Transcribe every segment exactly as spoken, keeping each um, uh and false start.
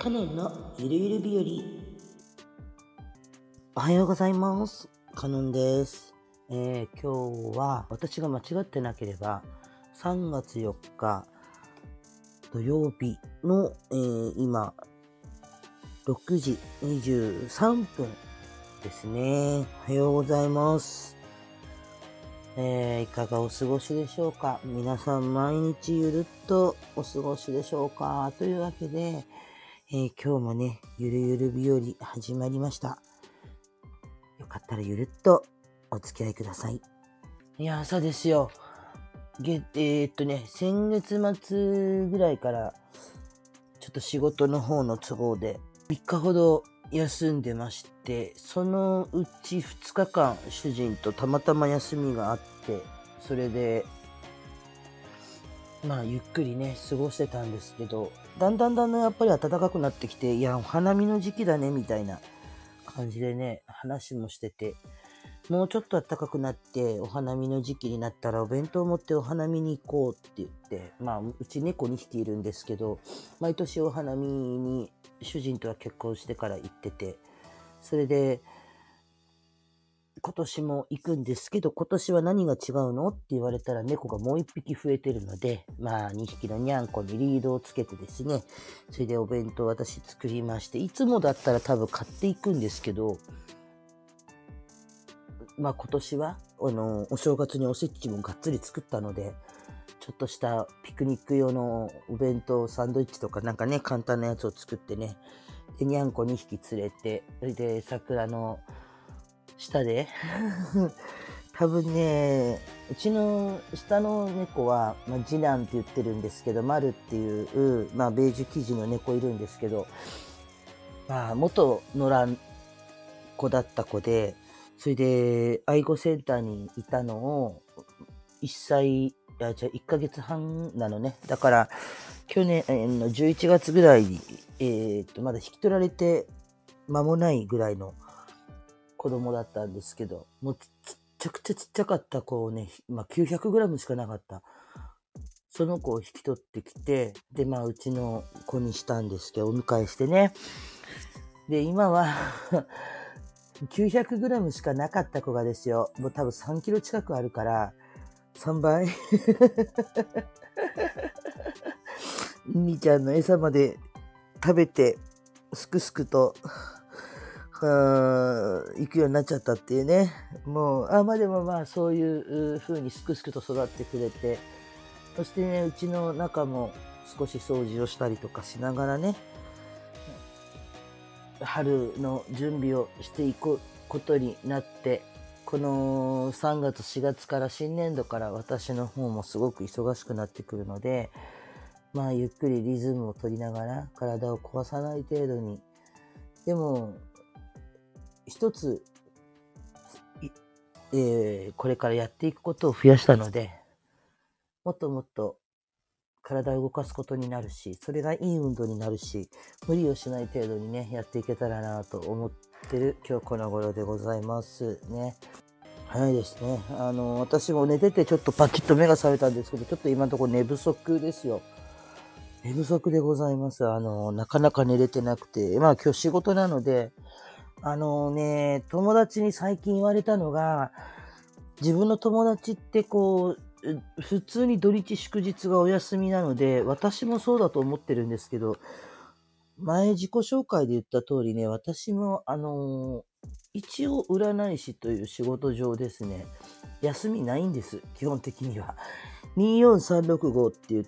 カノンのゆるゆる日和。おはようございます。カノンです。えー、今日は私が間違ってなければさんがつよっか土曜日の、えー、今ろくじにじゅうさんぷんですね。おはようございます。えー、いかがお過ごしでしょうか。皆さん毎日ゆるっとお過ごしでしょうか。というわけで、えー、今日もね、ゆるゆる日和始まりました。よかったらゆるっとお付き合いください。いや、朝ですよ。げえー、っとね、先月末ぐらいからちょっと仕事の方の都合でみっかほど休んでまして、そのうちふつかかん主人とたまたま休みがあって、それでまあゆっくりね過ごしてたんですけど、だんだんだんだんやっぱり暖かくなってきて、いやお花見の時期だねみたいな感じでね話もしてて、もうちょっと暖かくなってお花見の時期になったらお弁当を持ってお花見に行こうって言って、まあうち猫にひきいるんですけど、毎年お花見に主人とは結婚してから行ってて、それで今年も行くんですけど、今年は何が違うのって言われたら猫がもう一匹増えてるので、まあにひきのにゃんこにリードをつけてですね、それでお弁当私作りまして、いつもだったら多分買っていくんですけど、まあ今年はあのお正月におせちもがっつり作ったので、ちょっとしたピクニック用のお弁当サンドイッチとかなんかね簡単なやつを作ってね、でにゃんこにひき連れて、それで桜の下で多分ね、うちの下の猫は、まあ、次男って言ってるんですけど、丸っていう、まあ、ベージュ生地の猫いるんですけど、まあ、元野良子だった子で、それで愛護センターにいたのをいっさい、いやじゃいっかげつはんなのね。だから去年のじゅういちがつぐらいに、えー、っとまだ引き取られて間もないぐらいの子供だったんですけど、もうちっちゃくちゃちっちゃかった子をね、まあ、きゅうひゃくグラムしかなかった。その子を引き取ってきて、で、まあ、うちの子にしたんですけど、お迎えしてね。で、今はきゅうひゃくグラムしかなかった子がですよ、もう多分さんキロ近くあるから、さんばいみーちゃんの餌まで食べて、すくすくと、行くようになっちゃったっていうね。もう、あ、まあでもまあそういう風にすくすくと育ってくれて、そしてね、うちの中も少し掃除をしたりとかしながらね、春の準備をしていくことになって、このさんがつしがつから新年度から私の方もすごく忙しくなってくるので、まあゆっくりリズムを取りながら体を壊さない程度に、でも一つ、えー、これからやっていくことを増やしたので、もっともっと体を動かすことになるし、それがいい運動になるし、無理をしない程度にね、やっていけたらなと思ってる今日この頃でございますね。早いですね。あの、私も寝ててちょっとパキッと目が覚めたんですけど、ちょっと今のところ寝不足ですよ。寝不足でございます。あの、なかなか寝れてなくて、まあ今日仕事なので、あのね、友達に最近言われたのが、自分の友達ってこう、普通に土日祝日がお休みなので、私もそうだと思ってるんですけど、前自己紹介で言った通りね、私もあのー、一応占い師という仕事上ですね、休みないんです、基本的には。によんさんろくごって言って、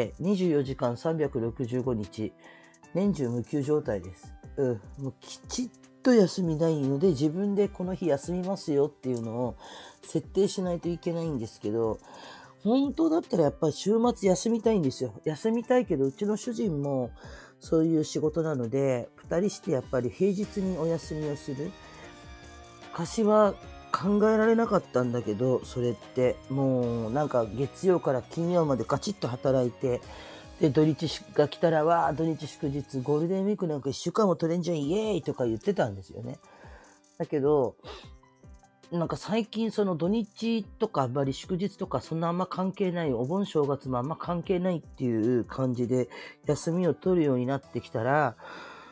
にじゅうよじかんさんびゃくろくじゅうごにち、年中無休状態です。うん、もうきちっと休みないので、自分でこの日休みますよっていうのを設定しないといけないんですけど、本当だったらやっぱり週末休みたいんですよ。休みたいけど、うちの主人もそういう仕事なので、二人してやっぱり平日にお休みをする。昔は考えられなかったんだけど、それってもうなんか月曜から金曜までガチッと働いて、で、土日が来たら、わあ、土日祝日、ゴールデンウィークなんか一週間も取れんじゃん、イエーイとか言ってたんですよね。だけど、なんか最近その土日とかあんまり祝日とかそんなあんま関係ない、お盆正月もあんま関係ないっていう感じで休みを取るようになってきたら、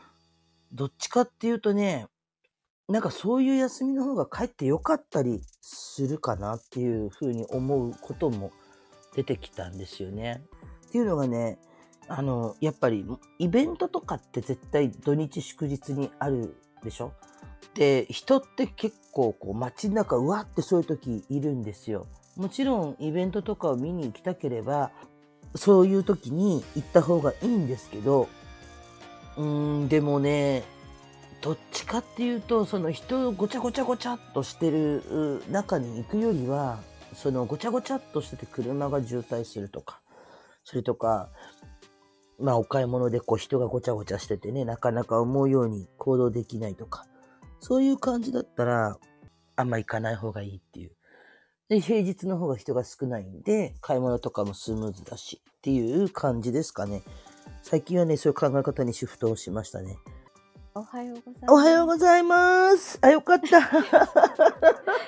どっちかっていうとね、なんかそういう休みの方がかえって良かったりするかなっていうふうに思うことも出てきたんですよね。っていうのがね、あの、やっぱりイベントとかって絶対土日祝日にあるでしょ。で、人って結構こう街中うわってそういう時いるんですよ。もちろんイベントとかを見に行きたければ、そういう時に行った方がいいんですけど、うーん、でもね、どっちかっていうと、その人ごちゃごちゃごちゃっとしてるう中に行くよりは、そのごちゃごちゃっとしてて車が渋滞するとか、それとか、まあお買い物でこう人がごちゃごちゃしててね、なかなか思うように行動できないとか、そういう感じだったら、あんま行かない方がいいっていう。で、平日の方が人が少ないんで、買い物とかもスムーズだしっていう感じですかね。最近はね、そういう考え方にシフトをしましたね。 おはようございます。 おはようございます。あ、よかった。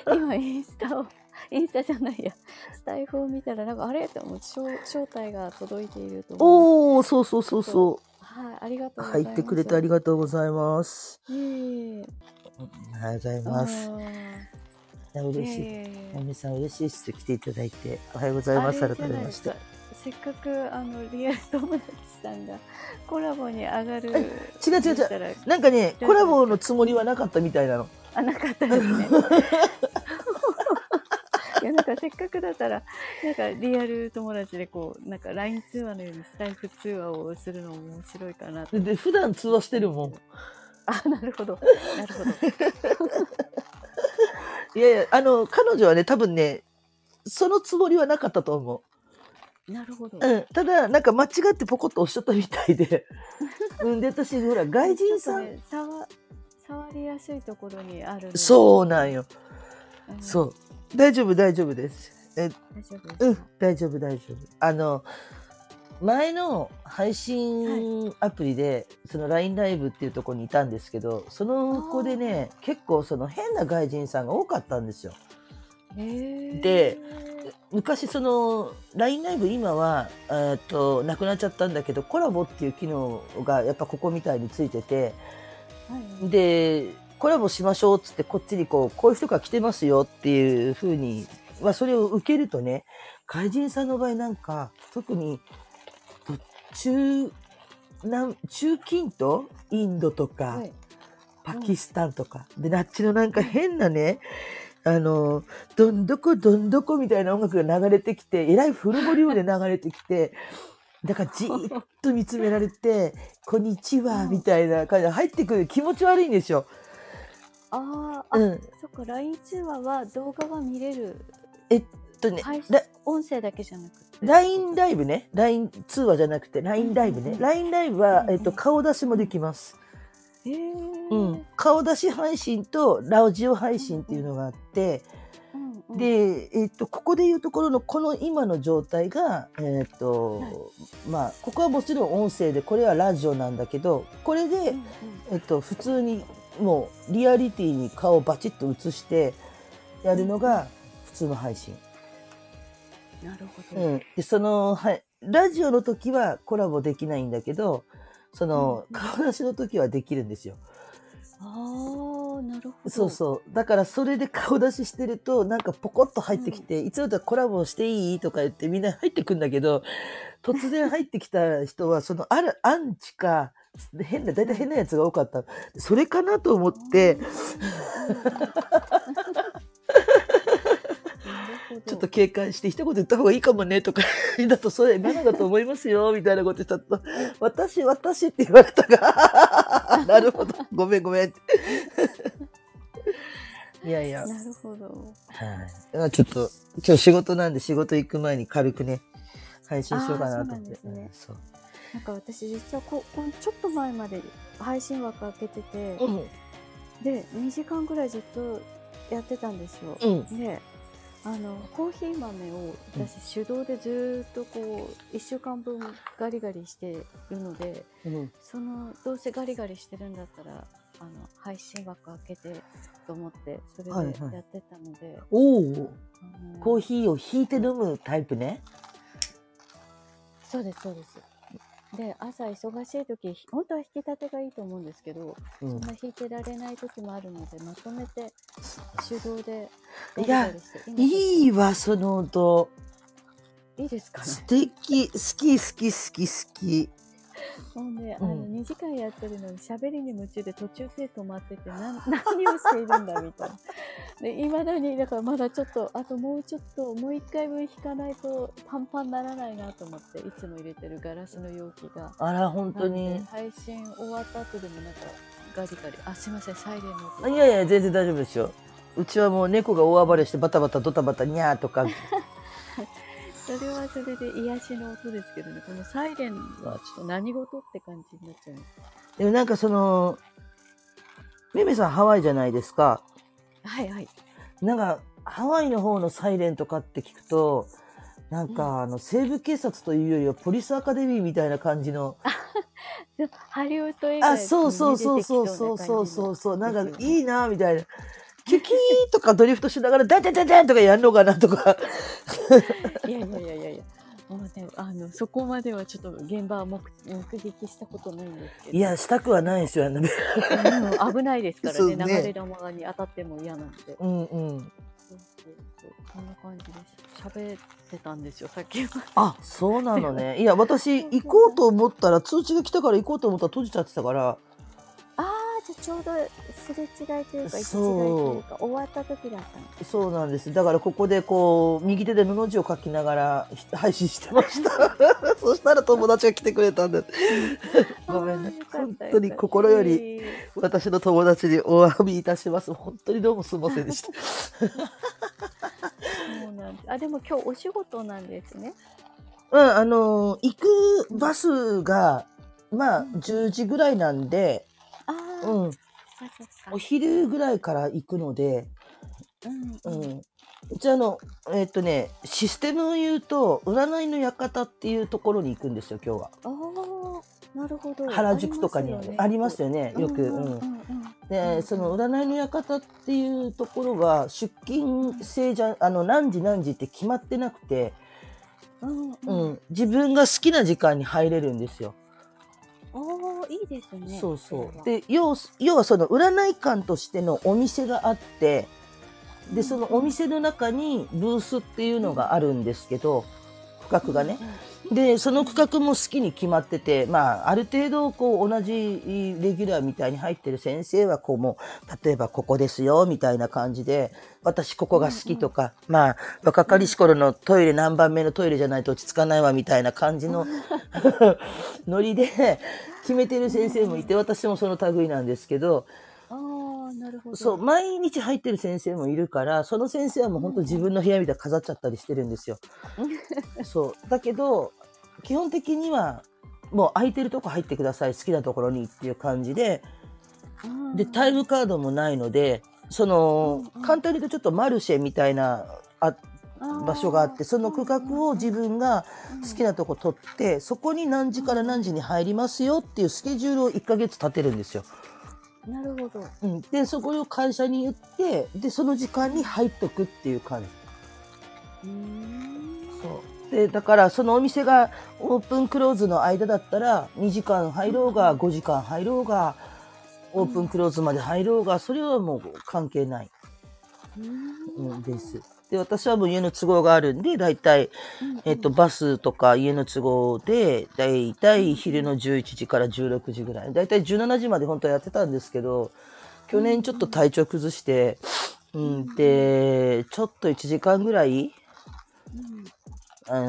今インスタを、インスタじゃないや、スタイフを見たら、なんかあれと思って、招待が届いていると思う。 おー、そうそうそうそう。 はい、ありがとうございます。 入ってくれてありがとうございます。 いえいえ。 おはようございます。いや、嬉しい。まみさん嬉しいです。来ていただいて。おはようございます。改めまして。 せっかくあのリアル友達さんがコラボに上がる。 違う違う違う。なんかね、コラボのつもりはなかったみたいなの。 あ、なかったですね。いやなんかせっかくだったらなんかリアル友達でこうなんか ライン 通話のようにスタイフ通話をするのも面白いかなと。 で普段通話してるもん。 あ、なるほどなるほど。 いやいや、あの彼女はね多分ねそのつもりはなかったと思う。なるほど。 うん、ただなんか間違ってポコッとおっしゃったみたいで、うんで私ほら外人さん、 ね、触触りやすいところにある。 そうなんよ。うん、そう大丈夫大丈夫です。え、 大丈夫です。 うん大丈夫大丈夫。あの前の配信アプリで、はい、その ライン ライブっていうところにいたんですけど、その子でね結構その変な外人さんが多かったんですよ。で昔その ライン ライブ今はえっとなくなっちゃったんだけど、コラボっていう機能がやっぱここみたいについてて、はい、でコラボしましょうっつってこっちにこうこういう人が来てますよっていう風に、まあ、それを受けるとね、外人さんの場合なんか特に中南中近東インドとか、はい、パキスタンとか、うん、であっちのなんか変なね、あのどんどこどんどこみたいな音楽が流れてきて、えらいフルボリュームで流れてきて、だからじーっと見つめられてこんにちはみたいな感じで入ってくる、気持ち悪いんですよ。 ああ、うん、そっか ライン 通話は動画が見れる。 えっとね、 音声だけじゃなくてライン ライブね、 ライン 通話じゃなくて ライン ライブね、 ライン ライブは、えっと、顔出しもできます。へー、うん、顔出し配信とラジオ配信っていうのがあって、うんうん、で、えっと、ここでいうところのこの今の状態が、えっと、はい、まあここはもちろん音声で、これはラジオなんだけど、これで、うんうん、えっと、普通にもうリアリティに顔をバチッと映してやるのが普通の配信。 なるほど。 うん、でその、はい、ラジオの時はコラボできないんだけど、その、うん、顔出しの時はできるんですよ。 ああ、なるほど。 そうそう。だからそれで顔出ししてるとなんかポコッと入ってきて、うん、いつだったらコラボしていいとか言ってみんな入ってくんだけど、突然入ってきた人はそのあるアンチか変な、だいたい変なやつが多かった。それかなと思って。ちょっと警戒して一言言った方がいいかもねとかだと、それマナだと思いますよみたいなこと言ったと、私私って言われたがなるほど、ごめんごめんいやいや、 なるほど。 はい、ちょっと今日仕事なんで、仕事行く前に軽くね配信しようかなと思って。そうなんですね。そう、 なんか私実はここちょっと前まで配信枠開けてて、うん、でにじかんぐらいずっとやってたんですよ。うん、であのコーヒー豆を私手動でずっとこういっしゅうかんぶんガリガリしてるので、うん、そのどうせガリガリしてるんだったらあの配信枠開けてと思ってそれでやってたので、はいはい、 おお、あのコーヒーをひいて飲むタイプね。 そうですそうです。 で、朝忙しい時、本当は引き立てがいいと思うんですけど、 うん、 そんな引いてられない時もあるので、まとめて手動でガいや、 リガリして、今ちょっいいわ、その音。 といいですか素ね。 敵、好き、好き、好き、好き。 もうね、 うんあのにじかんやってるのに喋りに夢中で途中手止まってて、な何をしているんだみたいな。で、いまだに、だからまだちょっと、あともうちょっと、もう一回分引かないとパンパンならないなと思って、いつも入れてるガラスの容器が。 あら、本なので、 当に。 配信終わった後でもなんか、ガリガリ、あ、すいません、サイレンの音。 いやいや、全然大丈夫ですよ。うちはもう猫が大暴れしてバタバタドタバタニャーとか。 それはそれで癒しの音ですけどね、このサイレンはちょっと何事って感じになっちゃう。 でもなんかその、めめさんハワイじゃないですか。 はいはい。 なんか、ハワイの方のサイレンとかって聞くと、なんか、 うん、 あの、西部警察というよりはポリスアカデミーみたいな感じの。 でハリウッド映あ、 画そうにね、 そうそう出てきそうそうなそう感じのそうそうそう、なんかですよね。 いいなみたいな。キュキーとかドリフトしながら、ダンダンダンダンとかやるのかなとか。 いやいやいやいやいや、もうね、あの、そこまではちょっと現場は目目撃したことないんですけど。 いや、したくはないですよ、あのね。 うん、危ないですからね、 そうね流れ弾に当たっても嫌なんで。 うんうん。 そうそうそう、そんな感じです。喋ってたんですよ、さっきまで。 あ、そうなのね。いや、私、行こうと思ったら、通知が来たから行こうと思ったら閉じちゃってたから、 ああ、じゃあちょうどすれ違いというか、行き違いそうというか、終わった時だったの。 そうなんです。だからここでこう、右手でのの字を書きながらひ配信してました。そしたら友達が来てくれたんで。ごめんね。 あーよか本った当に心よりいえいえ私の友達にお詫びいたします。本当にどうもすいませんでした。 そうなんです。あ、でも今日お仕事なんですね。 うん、あのー行くバスが、まあ、 うんじゅうじぐらいなんで、 ああ、 うん、 そっかそっか。 お昼ぐらいから行くので、 うんうん。 うん。うちあの、えっとね、システムを言うと、占いの館っていうところに行くんですよ、今日は。 ああ、なるほど。 原宿とかにある。ありますよね、よく。 うんうんうん。 うんうん。 で、その占いの館っていうところは、出勤制じゃ、あの、何時何時って決まってなくて、 うんううん。 ん。自分が好きな時間に入れるんですよ。 ああ、いいですね。 そうそう。 で、 で、要、要はその占い館としてのお店があって、で、そのお店の中にブースっていうのがあるんですけど、区画がね。で、その区画も好きに決まってて、まあ、ある程度、こう、同じレギュラーみたいに入ってる先生は、こう、もう、例えばここですよ、みたいな感じで、私ここが好きとか、まあ、若かりし頃のトイレ何番目のトイレじゃないと落ち着かないわ、みたいな感じのノリで決めてる先生もいて、私もその類なんですけど、 ああ、なるほど。 そう、毎日入ってる先生もいるから、その先生はもう本当自分の部屋みたいに飾っちゃったりしてるんですよ。そう。だけど、基本的には、もう空いてるとこ入ってください、好きなところにっていう感じで、で、タイムカードもないので、その、簡単に言うとちょっとマルシェみたいなあ場所があって、その区画を自分が好きなとこ取って、そこに何時から何時に入りますよっていうスケジュールをいっかげつ立てるんですよ。 なるほど。 うん、で、そこを会社に言って、で、その時間に入っとくっていう感じ。 うーん。 そう。で、だからそのお店がオープンクローズの間だったら、にじかん入ろうが、ごじかん入ろうが、オープンクローズまで入ろうが、それはもう関係ない、うん、です。で、私はもう家の都合があるんで、だいたい、えっと、バスとか家の都合で、だいたい昼のじゅういちじからじゅうろくじぐらい。だいたいじゅうしちじまで本当はやってたんですけど、去年ちょっと体調崩して、うん、で、ちょっといちじかんぐらい、うん、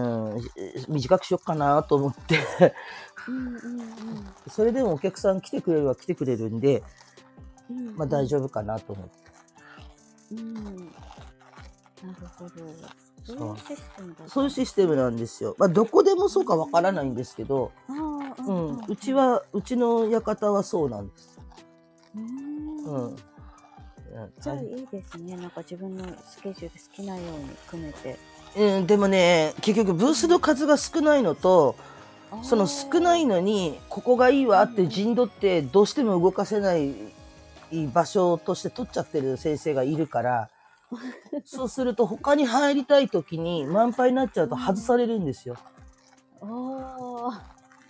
短くしよっかなと思ってそれでもお客さん来てくれるは来てくれるんで、まあ大丈夫かなと思って。 うん、なるほど。そういうシステムだ。 そういうシステムなんですよ。まあどこでもそうかわからないんですけど、うん、うちは、うちの館はそうなんです。うん。 じゃあいいですね。なんか自分のスケジュール好きなように組めて。 うん、でもね、結局ブースの数が少ないのと、その少ないのに、ここがいいわって陣取ってどうしても動かせない場所として取っちゃってる先生がいるから、そうすると他に入りたい時に満杯になっちゃうと外されるんですよ。 ああ。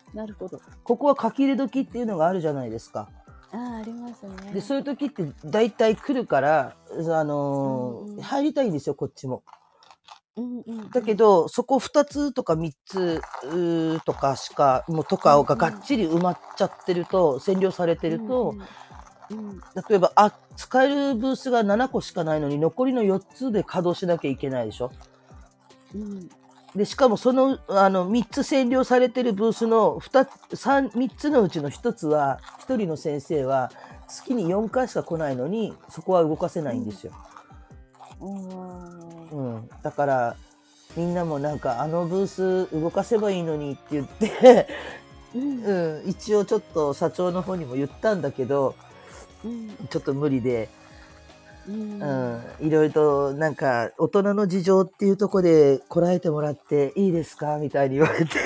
なるほど。 ここは書き入れ時っていうのがあるじゃないですか。 ああ、ありますね。 で、そういう時って大体来るから、あのーうんうん入りたいんですよ、こっちも。 うんうんうん、 だけど、そこふたつとかみっつうーとかしか、もうとかががっちり埋まっちゃってると、占領されてると、 うんうんうん、 例えば、あ、使えるブースがななこしかないのに、残りのよっつで稼働しなきゃいけないでしょ。 うん、 で、しかもその、あの、みっつ占領されてるブースのふたつ、さん、みっつのうちのひとつは、ひとりの先生は月によんかいしか来ないのに、そこは動かせないんですよ。 うん、 うん。だから、みんなもなんか、あのブース動かせばいいのにって言って、うん、うん、一応ちょっと社長の方にも言ったんだけど、うん、ちょっと無理で、うん、うん、いろいろとなんか大人の事情っていうところでこらえてもらっていいですかみたいに言われて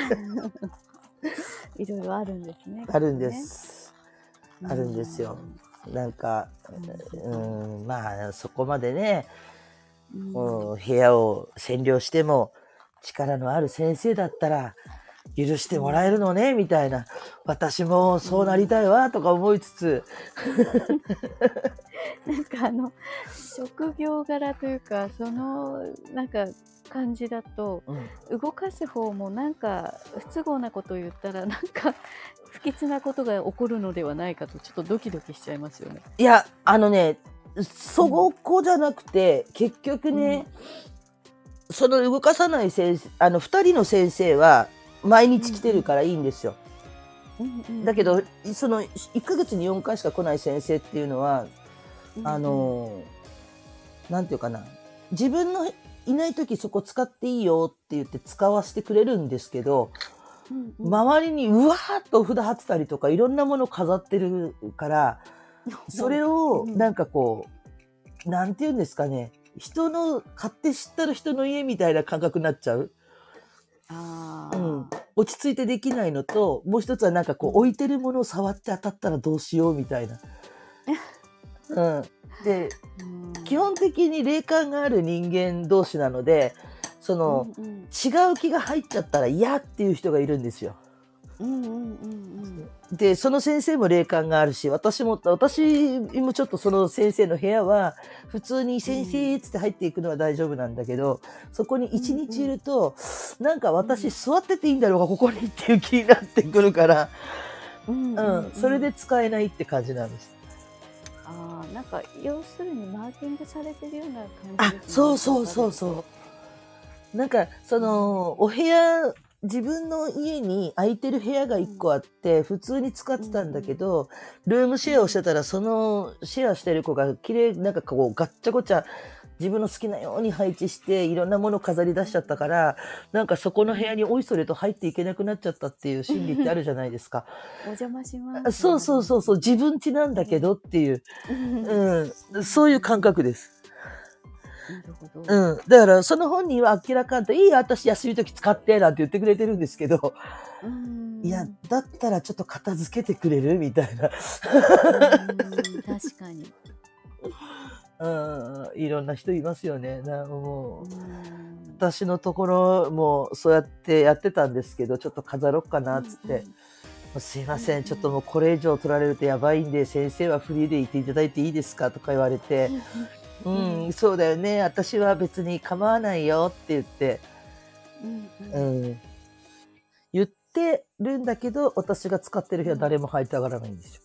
いろいろあるんですね。 あるんです、ね、あるんですよ。なんか、うん、まあそこまでね、うん、部屋を占領しても力のある先生だったら許してもらえるのね、うん、みたいな、私もそうなりたいわとか思いつつ、 うん、なんかあの職業柄というかそのなんか感じだと、うん、動かす方もなんか不都合なことを言ったらなんか不吉なことが起こるのではないかとちょっとドキドキしちゃいますよね。 いや、あのね、そこじゃなくて、うん、結局ね、うん、その動かさない先生、あのふたりの先生は毎日来てるからいいんですよ。うんうん、だけどそのいっかげつによんかいしか来ない先生っていうのは、うんうん、あのなんていうかな、自分のいない時そこ使っていいよって言って使わせてくれるんですけど、うんうん、周りにうわーっと札貼ってたりとかいろんなもの飾ってるからそれをなんかこう、なんて言うんですかね、人の勝手知ったる人の家みたいな感覚になっちゃう。あ、うん、落ち着いてできないのと、もう一つはなんかこう、うん、置いてるものを触って当たったらどうしようみたいな。うん、で、うん、基本的に霊感がある人間同士なので、その、うんうん、違う気が入っちゃったら嫌っていう人がいるんですよ。うんうんうんうん、で、その先生も霊感があるし、私も、私もちょっとその先生の部屋は、普通に先生つって入っていくのは大丈夫なんだけど、そこに一日いると、うんうん、なんか私座ってていいんだろうか、ここにっていう気になってくるから、うんうんうん、それで使えないって感じなんです。 ああ、なんか要するにマーキングされてるような感じですね。 あ、そうそうそうそう。なんか、その、お部屋、自分の家に空いてる部屋がいっこあって、普通に使ってたんだけど、ルームシェアをしてたら、そのシェアしてる子が綺麗、なんかこう、ガッチャゴチャ、自分の好きなように配置して、いろんなもの飾り出しちゃったから、なんかそこの部屋においそれと入っていけなくなっちゃったっていう心理ってあるじゃないですか。 お邪魔します。 そうそうそうそう、自分家なんだけどっていう、うん、そういう感覚です。なるほど。うん。だから、その本人は明らかんと、いいよ、私休み時使って、なんて言ってくれてるんですけど、いや、だったらちょっと片付けてくれるみたいな。 確かに。 うん、いろんな人いますよね。なもう私のところもそうやってやってたんですけど、ちょっと飾ろうかなっつって、うんうん、すいません、うんうん、ちょっともうこれ以上取られるとやばいんで、先生はフリーでいていただいていいですかとか言われて、うん、うん、そうだよね、私は別に構わないよって言って、うんうんうん、言ってるんだけど、私が使ってる部屋誰も入りたがらないんですよ。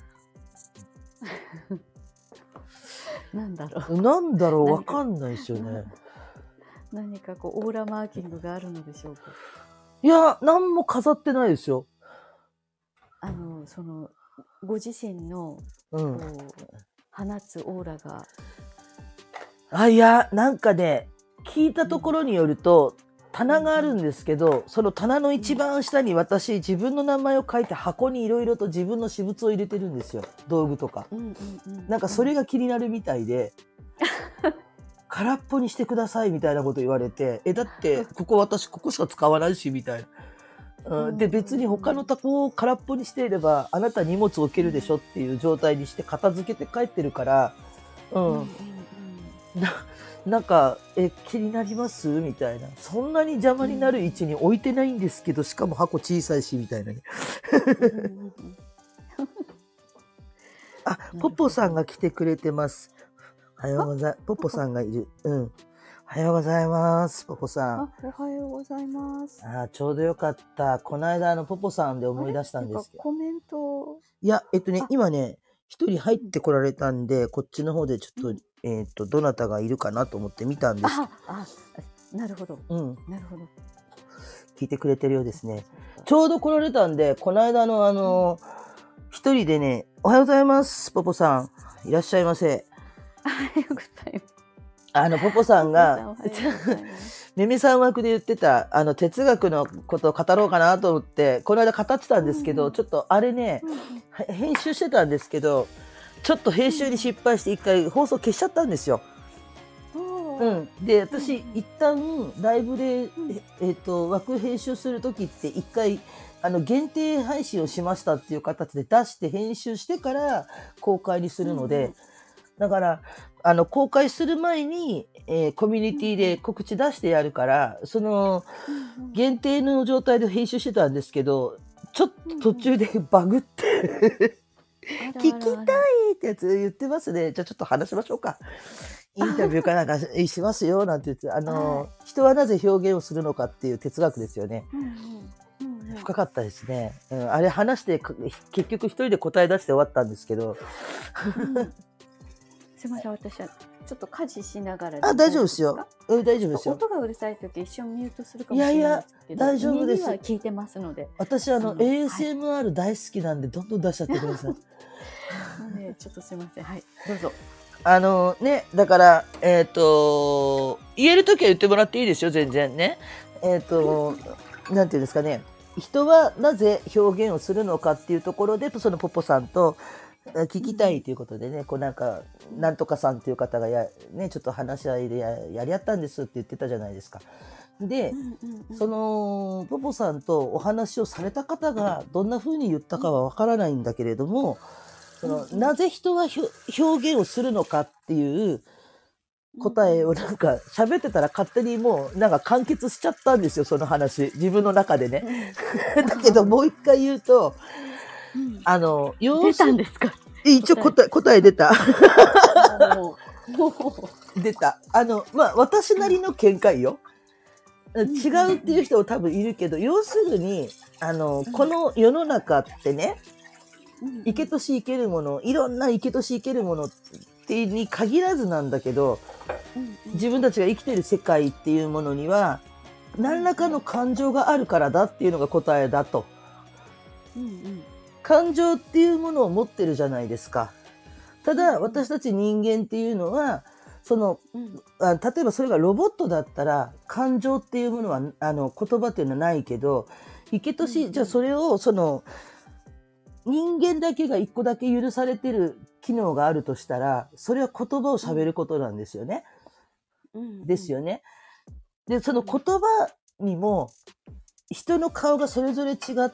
なんだろう。 なんだろう、わかんないですよね。 何かこうオーラマーキングがあるのでしょうか。 いや、何も飾ってないですよ。 あのそのご自身の、うん、こう放つオーラが。 あ、いや、なんかね、聞いたところによると、うん、棚があるんですけど、その棚の一番下に私、自分の名前を書いて箱にいろいろと自分の私物を入れてるんですよ。道具とか。うんうんうん、なんかそれが気になるみたいで、空っぽにしてくださいみたいなこと言われて、え、だってここ私ここしか使わないし、みたいな。うん、で、別に他の箱を空っぽにしていれば、あなた荷物置けるでしょっていう状態にして片付けて帰ってるから、うん。うんうんうん、 なんか、え、気になりますみたいな。そんなに邪魔になる位置に置いてないんですけど、しかも箱小さいし、みたいなね。あ、ポポさんが来てくれてます。おはようございます。ポポさんがいる。うん。おはようございます。ポポさん。 あ、おはようございます。 あ、ちょうどよかった。この間、あの、ポポさんで思い出したんですけど。 コメント。 いや、えっとね、今ね、一人入ってこられたんで、こっちの方でちょっと、うん、えっと、どなたがいるかなと思って見たんです。 あ、あ、なるほど。 うん。 なるほど。 聞いてくれてるようですね。ちょうど来られたんで、この間のあの、一、うん、人でね、おはようございます、ポポさん。いらっしゃいませ。 おはようございます。 あの、ポポさんが、めめさん枠で言ってた、あの、哲学のことを語ろうかなと思って、この間語ってたんですけど、うん、ちょっとあれね、うん、編集してたんですけど、ちょっと編集に失敗して一回放送消しちゃったんですよ。うん。で、私、うん、一旦ライブで、うん、えっと、枠編集するときって一回、あの、限定配信をしましたっていう形で出して編集してから公開にするので、うん、だから、あの、公開する前に、えー、コミュニティで告知出してやるから、その、限定の状態で編集してたんですけど、ちょっと途中でバグって聞きたいってやつ言ってますね。じゃあちょっと話しましょうか。インタビューかなんかしますよ、なんて言って、あの、人はなぜ表現をするのかっていう哲学ですよね。深かったですね。うん、あれ話して、結局一人で答え出して終わったんですけど。 うんすみません、私はちょっと家事しながら。 あ、大丈夫ですよ。うん、大丈夫ですよ。 音がうるさいとき一瞬ミュートするかもしれないですけど。いやいや、 大丈夫です。 耳は聞いてますので。 私あの、あの エーエスエムアール 大好きなんで、どんどん出しちゃってください。 もうね、ちょっとすみません。はい、どうぞ。 あのね、だから、えっと、言えるときは言ってもらっていいですよ、全然ね。えっと、なんていうんですかね。人はなぜ表現をするのかっていうところで、そのポポさんと、聞きたいということでね、こうなんか、なんとかさんっていう方がや、ね、ちょっと話し合いで や, やり合ったんですって言ってたじゃないですか。で、うんうんうん、その、ポポさんとお話をされた方がどんな風に言ったかはわからないんだけれども、その、なぜ人は表現をするのかっていう答えをなんか喋ってたら勝手にもうなんか完結しちゃったんですよ、その話。自分の中でね。だけどもう一回言うと、うん、あの、 出たんですか？ 一応答え、答え出た。出た。あの、まあ、私なりの見解よ。違うっていう人も多分いるけど、要するに、あの、この世の中ってね、生けとし生けるもの、いろんな生けとし生けるものってに限らずなんだけど、自分たちが生きてる世界っていうものには、何らかの感情があるからだっていうのが答えだと。うんうん感情っていうものを持ってるじゃないですか。ただ、私たち人間っていうのは、その、あ例えばそれがロボットだったら、感情っていうものは、あの、言葉っていうのはないけど、生けとし、じゃあそれを、その、人間だけが一個だけ許されてる機能があるとしたら、それは言葉を喋ることなんですよね。ですよね。で、その言葉にも、人の顔がそれぞれ違って、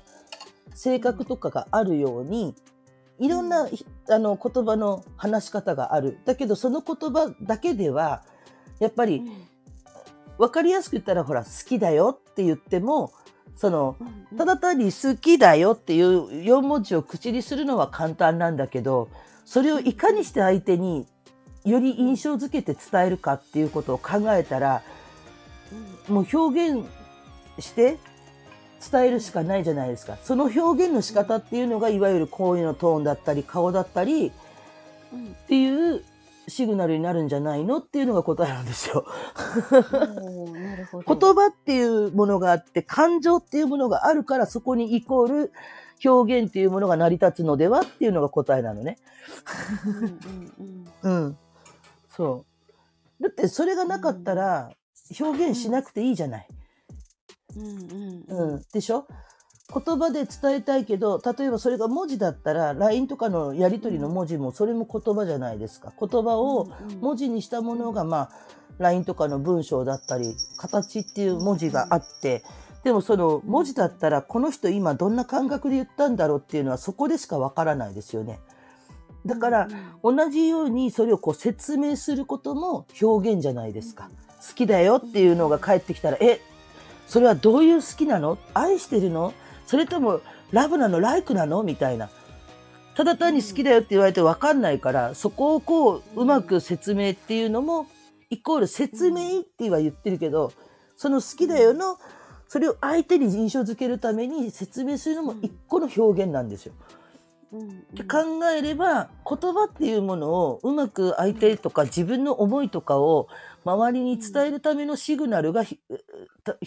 性格とかがあるように、いろんな、あの、言葉の話し方がある。だけど、その言葉だけでは、やっぱり、わかりやすく言ったら、ほら、好きだよって言っても、その、ただ単に好きだよっていうよん文字を口にするのは簡単なんだけど、それをいかにして相手により印象づけて伝えるかっていうことを考えたら、もう表現して伝えるしかないじゃないですか。その表現の仕方っていうのが、いわゆる声のトーンだったり、顔だったり、っていうシグナルになるんじゃないのっていうのが答えなんですよ。 なるほど。 言葉っていうものがあって、感情っていうものがあるから、そこにイコール表現っていうものが成り立つのではっていうのが答えなのね。うんうんうん、うん。そう。だってそれがなかったら表現しなくていいじゃない。うんうんうん、でしょ？言葉で伝えたいけど、例えばそれが文字だったら ライン とかのやり取りの文字もそれも言葉じゃないですか。言葉を文字にしたものが、まあ ライン とかの文章だったり、形っていう文字があって、でもその文字だったらこの人今どんな感覚で言ったんだろうっていうのはそこでしかわからないですよね。 だから、同じようにそれをこう説明することも表現じゃないですか。好きだよっていうのが返ってきたら、え、それはどういう好きなの？愛してるの？それともラブなの？ライクなの？みたいな。ただ単に好きだよって言われて分かんないから、そこをこう、うまく説明っていうのも、イコール説明っては言ってるけど、その好きだよの、それを相手に印象づけるために説明するのも一個の表現なんですよ。うんうん、考えれば、言葉っていうものをうまく相手とか自分の思いとかを周りに伝えるためのシグナルが、うん、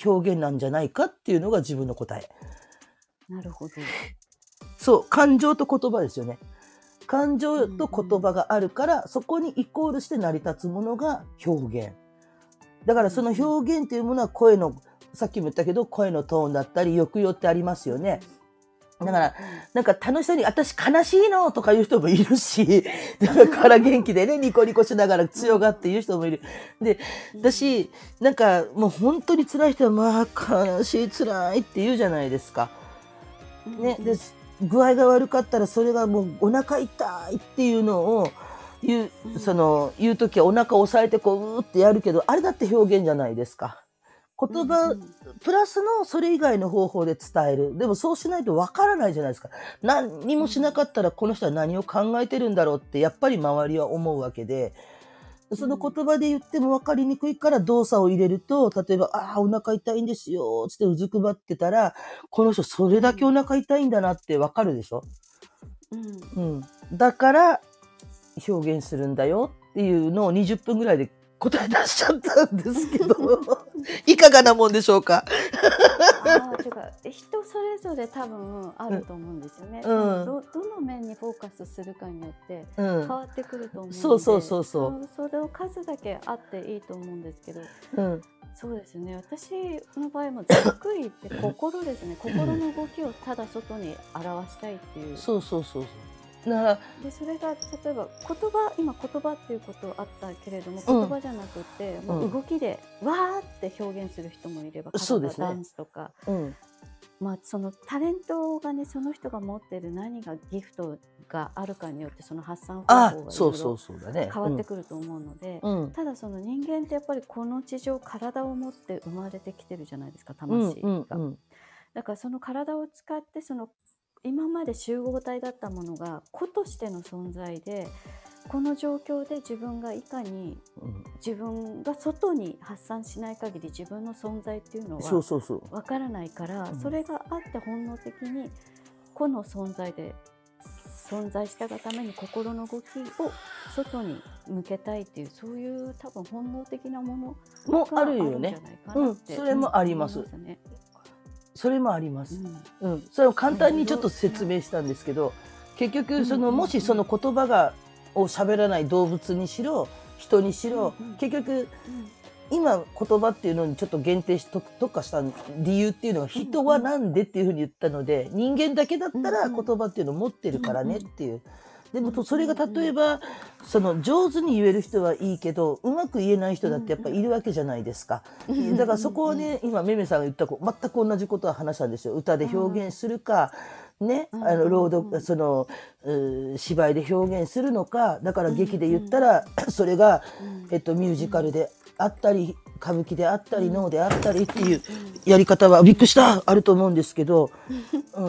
表現なんじゃないかっていうのが自分の答え。 なるほど。 そう、感情と言葉ですよね。感情と言葉があるから、うんうん、そこにイコールして成り立つものが表現。だからその表現っていうものは声の、さっきも言ったけど、声のトーンだったり、抑揚ってありますよね。だから、なんか楽しそうに、私悲しいのとか言う人もいるし、だから元気でね、ニコニコしながら強がって言う人もいる。で、私、なんかもう本当に辛い人は、まあ悲しい、辛いって言うじゃないですか。ね、で、具合が悪かったらそれがもうお腹痛いっていうのを言う、その、言うときはお腹を押さえてこう、うーってやるけど、あれだって表現じゃないですか。言葉、プラスのそれ以外の方法で伝える。でもそうしないとわからないじゃないですか。何にもしなかったらこの人は何を考えてるんだろうってやっぱり周りは思うわけで、その言葉で言ってもわかりにくいから動作を入れると、例えば、ああ、お腹痛いんですよ、つってうずくまってたら、この人それだけお腹痛いんだなってわかるでしょ？うん。うん。だから表現するんだよっていうのをにじゅっぷんぐらいで答え出しちゃったんですけどいかがなもんでしょうかあてか人それぞれ多分あると思うんですよね、うん、ど, どの面にフォーカスするかによって変わってくると思うので、うん、そうそうそうそうそれを数だけあっていいと思うんですけど、うん、そうですね。私の場合もざっくり言って心ですね心の動きをただ外に表したいっていうそうそうそうそうなでそれが例えば言葉今言葉っていうことあったけれども言葉じゃなくて、うん、もう動きでわーって表現する人もいれば、うん、体、ね、ダンスとか、うんまあ、そのタレントがねその人が持ってる何がギフトがあるかによってその発散方法がいろいろ変わってくると思うので、ただその人間ってやっぱりこの地上体を持って生まれてきてるじゃないですか魂が、うんうんうん、だからその体を使ってその今まで集合体だったものが個としての存在でこの状況で自分がいかに自分が外に発散しない限り自分の存在っていうのはわからないからそれがあって本能的に個の存在で存在したがために心の動きを外に向けたいっていうそういう多分本能的なものがあるんじゃないかなって、 うん、それもあります。それもあります、うんうん、それを簡単にちょっと説明したんですけど、結局そのもしその言葉がを喋らない動物にしろ人にしろ、うんうん、結局今言葉っていうのにちょっと限定し特化した理由っていうのは人はなんでっていうふうに言ったので、人間だけだったら言葉っていうのを持ってるからねっていう。でもそれが例えばその上手に言える人はいいけどうまく言えない人だってやっぱいるわけじゃないですか。だからそこはね今めめさんが言った全く同じことは話したんですよ。歌で表現するかね、あの朗読その芝居で表現するのか、だから劇で言ったらそれがえっとミュージカルであったり歌舞伎であったり能であったりっていうやり方はびっくりしたあると思うんですけど、うん。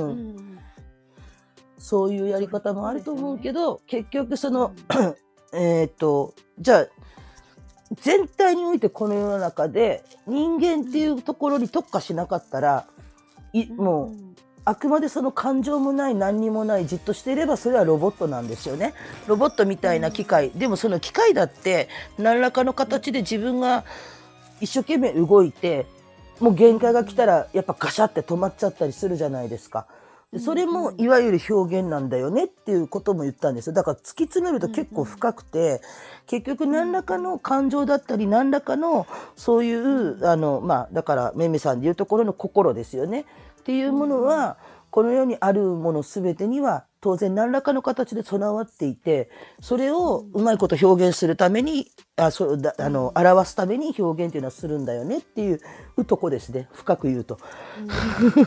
そういうやり方もあると思うけど、結局その、えっと、じゃあ、全体においてこの世の中で人間っていうところに特化しなかったら、いもう、あくまでその感情もない何にもないじっとしていればそれはロボットなんですよね。ロボットみたいな機械。でもその機械だって何らかの形で自分が一生懸命動いて、もう限界が来たらやっぱガシャって止まっちゃったりするじゃないですか。それもいわゆる表現なんだよねっていうことも言ったんですよ。だから突き詰めると結構深くて、結局何らかの感情だったり何らかのそういうあのまあだからめめさんでいうところの心ですよねっていうものはこの世にあるもの全てには当然何らかの形で備わっていて、それをうまいこと表現するためにあそうだあの表すために表現っていうのはするんだよねっていうとこですね。深く言うと。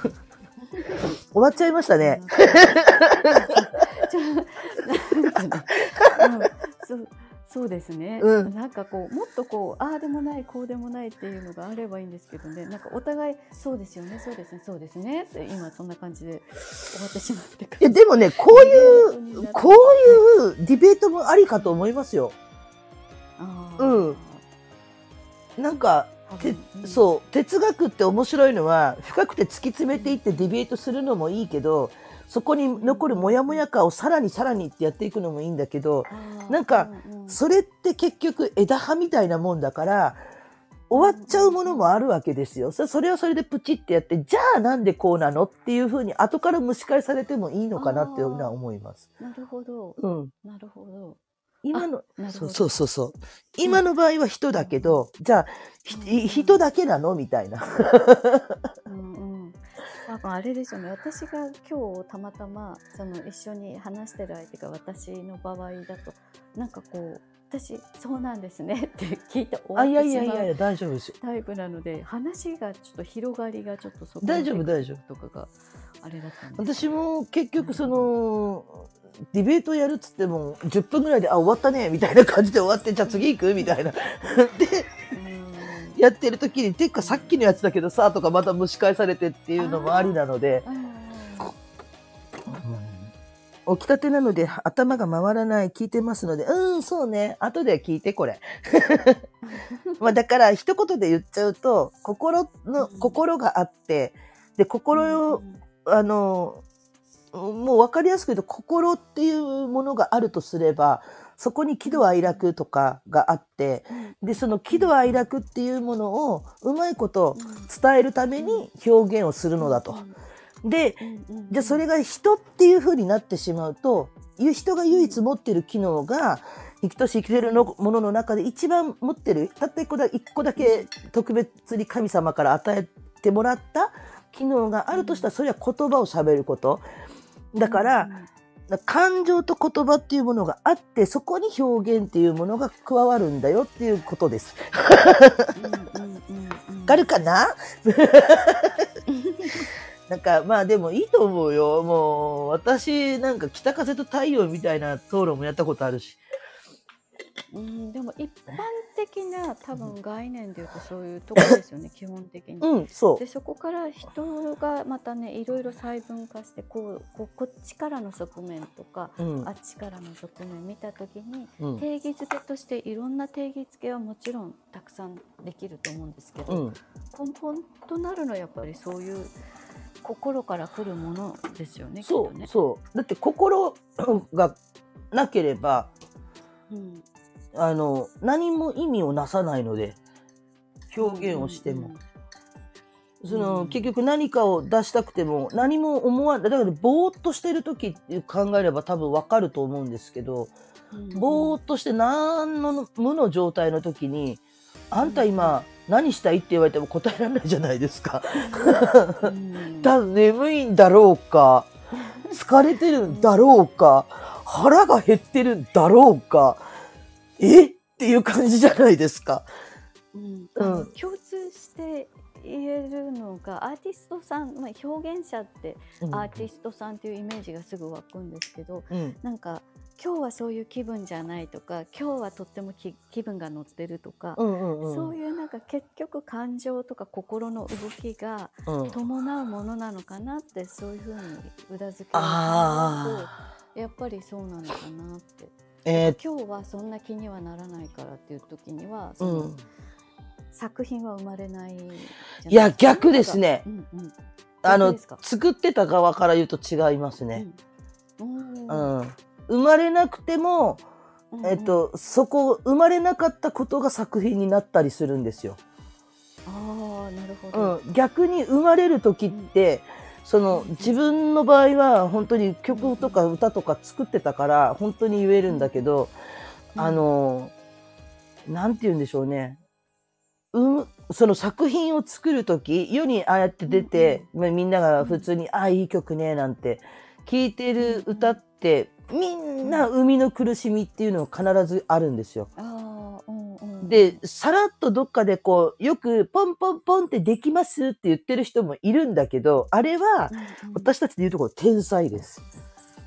終わっちゃいましたね。 そうですね。 うん。 なんかこう、もっとこう、ああでもない、こうでもないっていうのがあればいいんですけどね。なんかお互い、そうですよね、そうですね、そうですねって、今そんな感じで終わってしまってかいや、 ら。 でもね、こういう、こういうディベートもありかと思いますよ。 あうん。なんか、て、そう、哲学って面白いのは、深くて突き詰めていってディベートするのもいいけど、そこに残るモヤモヤ感をさらにさらにってやっていくのもいいんだけど、なんか、それって結局枝葉みたいなもんだから、終わっちゃうものもあるわけですよ。それはそれでプチってやって、じゃあなんでこうなのっていうふうに後から蒸し返されてもいいのかなっていうのは思います。 なるほど。 うん。 なるほど。 今の、そうそうそうそう。今の場合は人だけど、 うん、 じゃあ、人だけなのみたいな。 うんうん。なんかあれですよね。私が今日たまたまその一緒に話してる相手が私の場合だと、なんかこう私そうなんですねって聞いて終わってしまうタイプなので、話がちょっと広がりがちょっとそこ大丈夫大丈夫とかがあれだったんです。 私も結局そのディベートやるっつってもじゅっぷんぐらいであ終わったねみたいな感じで終わって、じゃあ次行くみたいなでやってる時に、てっかさっきのやつだけどさとかまた蒸し返されてっていうのもありなので、起きたてなので頭が回らない、聞いてますので、うんそうね、後で聞いてこれまあだから一言で言っちゃうと、心の心があって、で心をあのもう分かりやすく言うと、心っていうものがあるとすれば、そこに喜怒哀楽とかがあって、で、その喜怒哀楽っていうものをうまいこと伝えるために表現をするのだと。で、じゃあそれが人っていう風になってしまうと、人が唯一持ってる機能が、生きとし生きてるのものの中で一番持ってる、たった一個だ、一個だけ特別に神様から与えてもらった機能があるとしたら、それは言葉を喋ること。だから、うん、感情と言葉っていうものがあって、そこに表現っていうものが加わるんだよっていうことです。わかるかななんかまあでもいいと思うよ。もう私なんか北風と太陽みたいな討論もやったことあるし。 うん、でも一般的な多分概念でいうとそういうところですよね基本的に。 うん、そうでそこから人がまたねいろいろ細分化してこうこうこっちからの側面とか、うん、あっちからの側面見た時に、うん、定義づけとしていろんな定義づけはもちろんたくさんできると思うんですけど、うん、根本となるのはやっぱりそういう心から来るものですよね。 そう、 きっとね。 そうだって心がなければ、うんあの何も意味をなさないので、表現をしても、うんうんうん、その結局何かを出したくても何も思わない。だからぼーっとしてる時って考えれば多分わかると思うんですけど、うんうん、ぼーっとして何の無の状態の時に、あんた今何したいって言われても答えられないじゃないですか。うん、だ眠いんだろうか、疲れてるんだろうか、腹が減ってるんだろうか、えっていう感じじゃないですか。 うんうん、共通して言えるのがアーティストさん、まあ、表現者ってアーティストさんっていうイメージがすぐ湧くんですけど、うん、なんか今日はそういう気分じゃないとか、今日はとっても気分が乗ってるとか、うんうんうん、そういうなんか結局感情とか心の動きが伴うものなのかなって、そういうふうに裏付けを考えるとやっぱりそうなのかなって。えー、今日はそんな気にはならないからっていう時にはその、うん、作品は生まれないじゃないですか。 いや逆ですね、うんうん、あの作ってた側から言うと違いますね、うんうん、生まれなくても、うんうん、えっと、そこ生まれなかったことが作品になったりするんですよ。 あー、なるほど、 うん、逆に生まれる時って、うんその自分の場合は本当に曲とか歌とか作ってたから本当に言えるんだけど、うん、あのなんて言うんでしょうね、うん、その作品を作る時世にああやって出て、うんうん、みんなが普通に「うん、ああいい曲ね」なんて聴いてる歌ってみんな生みの苦しみっていうのが必ずあるんですよ。で、さらっとどっかでこう、よくポンポンポンってできますって言ってる人もいるんだけど、あれは私たちで言うところ天才です。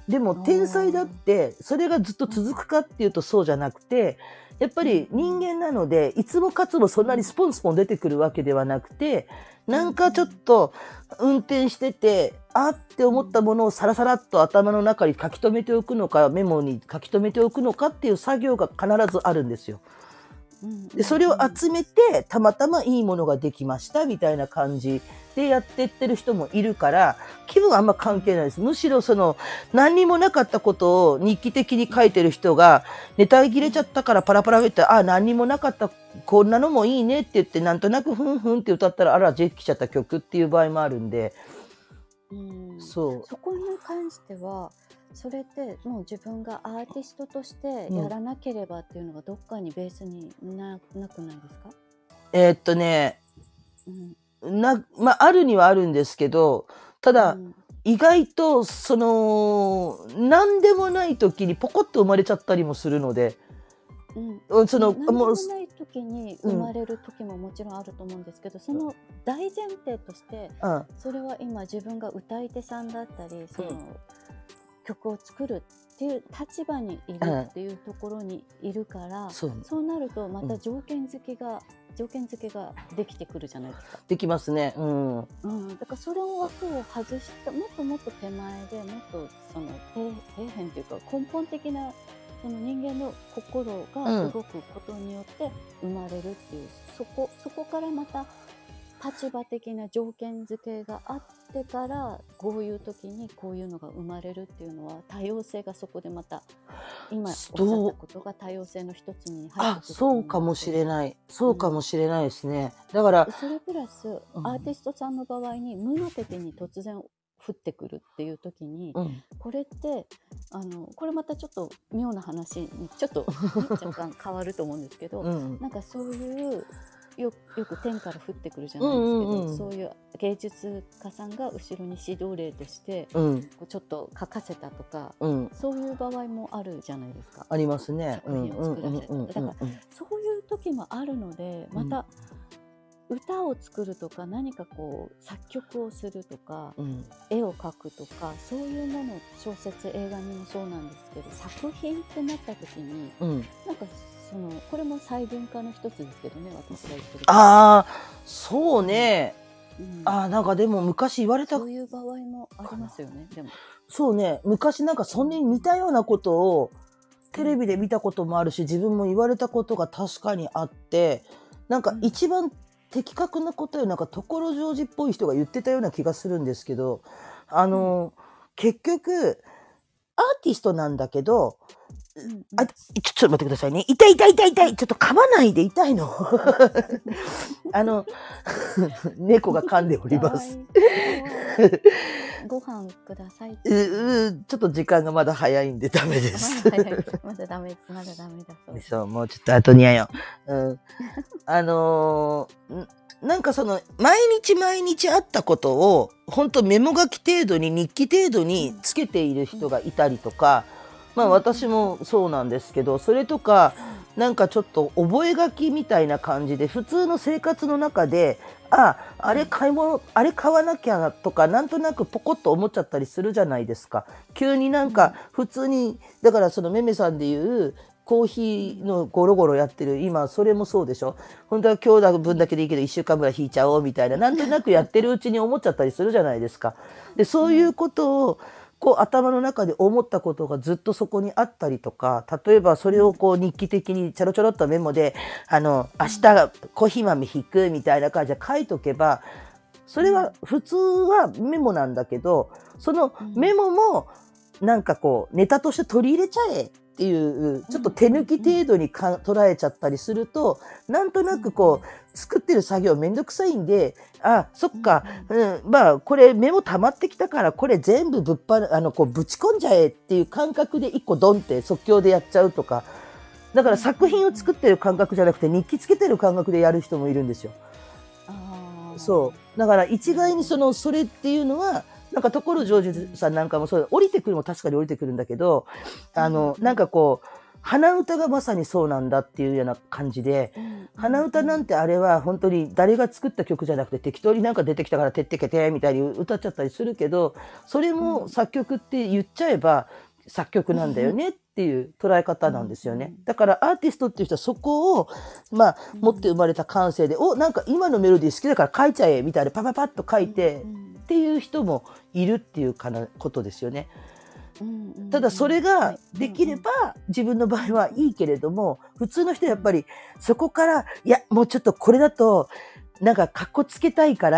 でも天才だってそれがずっと続くかっていうとそうじゃなくて、やっぱり人間なのでいつもかつもそんなにスポンスポン出てくるわけではなくて、なんかちょっと運転しててあって思ったものをサラサラっと頭の中に書き留めておくのか、メモに書き留めておくのかっていう作業が必ずあるんですよ。でそれを集めてたまたまいいものができましたみたいな感じでやってってる人もいるから、気分はあんま関係ないです。むしろその何にもなかったことを日記的に書いてる人がネタ切れちゃったからパラパラ言って、あ、何にもなかった、こんなのもいいねって言ってなんとなくふんふんって歌ったら、あら、できちゃった曲っていう場合もあるんで、 うん、 そう。 そこに関してはそれってもう自分がアーティストとしてやらなければっていうのがどっかにベースに な, なくないですか？ えーっとね、 うん、 な、まあ、あるにはあるんですけど、ただ、 うん意外と、その、何でもない時にポコッと生まれちゃったりもするので、 うん、 その、 何でもう、 もない時に生まれる時ももちろんあると思うんですけど、その大前提としてうん、 それは今自分が歌い手さんだったりその、曲を作るっていう立場にいるっていうところにいるから、 そうそうなるとまた条件付けが、条件付けができてくるじゃないですか。 できますね。うん。 うん、だからそれを枠を外したもっともっと手前でもっとその底底辺というか根本的なその人間の心が動くことによって生まれるっていう、うん、そこそこからまた立場的な条件付けがあってからこういう時にこういうのが生まれるっていうのは多様性がそこでまた今おっしゃったことが多様性の一つに入ってくる。 あ、そうかもしれない。そうかもしれないですね。うん、だからそれプラス、うん、アーティストさんの場合に無の敵に突然降ってくるっていう時に、うん、これってあのこれまたちょっと妙な話にちょっと若干変わると思うんですけど、うん、なんかそういうよ, よく天から降ってくるじゃないですけど、うんうんうん、そういう芸術家さんが後ろに指導例として、うん、こうちょっと書かせたとか、うん、そういう場合もあるじゃないですか。 ありますね。 作品を作らせた。だからそういう時もあるので、また、うん、歌を作るとか何かこう作曲をするとか、うん、絵を描くとかそういうもの、小説映画にもそうなんですけど、作品ってなった時に、うん、なんかそのこれも細分化の一つですけどね、私が言ってる。 ああ、そうね、うん、ああ、なんかでも昔言われた、 そういう場合もありますよね。でもそうね、昔なんかそんなに似たようなことをテレビで見たこともあるし、自分も言われたことが確かにあって、なんか一番的確なことよ、なんか所ジョージっぽい人が言ってたような気がするんですけど、あの、うん、結局アーティストなんだけど、うんうん、あ、ちょっと待ってくださいね。痛い痛い痛い痛い。ちょっと噛まないで、痛いの。あの、猫が噛んでおります。 ご飯ください。 ううちょっと時間がまだ早いんでダメです。 まだ早い。まだダメ、まだダメだそう。 そう、もうちょっと後にやよ。うん、あのー、なんかその毎日毎日あったことを本当メモ書き程度に日記程度につけている人がいたりとか、まあ私もそうなんですけど、それとかなんかちょっと覚書みたいな感じで普通の生活の中で、あ、あれ買い物、あれ買わなきゃとかなんとなくポコッと思っちゃったりするじゃないですか。急になんか普通に、だからそのめめさんでいうコーヒーのゴロゴロやってる今、それもそうでしょ。本当は今日分だけでいいけどいっしゅうかんぐらい引いちゃおうみたいな、なんとなくやってるうちに思っちゃったりするじゃないですか。でそういうことをこう頭の中で思ったことがずっとそこにあったりとか、例えばそれをこう日記的にちょろちょろっとメモで、あの明日コーヒー豆引くみたいな感じで書いとけば、それは普通はメモなんだけど、そのメモもなんかこうネタとして取り入れちゃえっていうちょっと手抜き程度にか捉えちゃったりすると、なんとなくこう作ってる作業めんどくさいんで、あ、そっか、うん、まあこれメモ溜まってきたからこれ全部ぶっぱあのこうぶち込んじゃえっていう感覚で一個ドンって即興でやっちゃうとか、だから作品を作ってる感覚じゃなくて日記つけてる感覚でやる人もいるんですよ。そうだから一概にそのそれっていうのはなんか所ジョージさんなんかもそう、降りてくるも確かに降りてくるんだけど、あのなんかこう鼻歌がまさにそうなんだっていうような感じで、鼻歌なんてあれは本当に誰が作った曲じゃなくて適当になんか出てきたからてってけてみたいに歌っちゃったりするけど、それも作曲って言っちゃえば作曲なんだよねっていう捉え方なんですよね。だからアーティストっていう人はそこを、まあ、持って生まれた感性で、お、なんか今のメロディー好きだから書いちゃえみたいなパパパッと書いてっていう人もいるっていうかなことですよね。ただそれができれば自分の場合はいいけれども、普通の人はやっぱりそこから、いや、もうちょっとこれだと、なんかかっこつけたいから、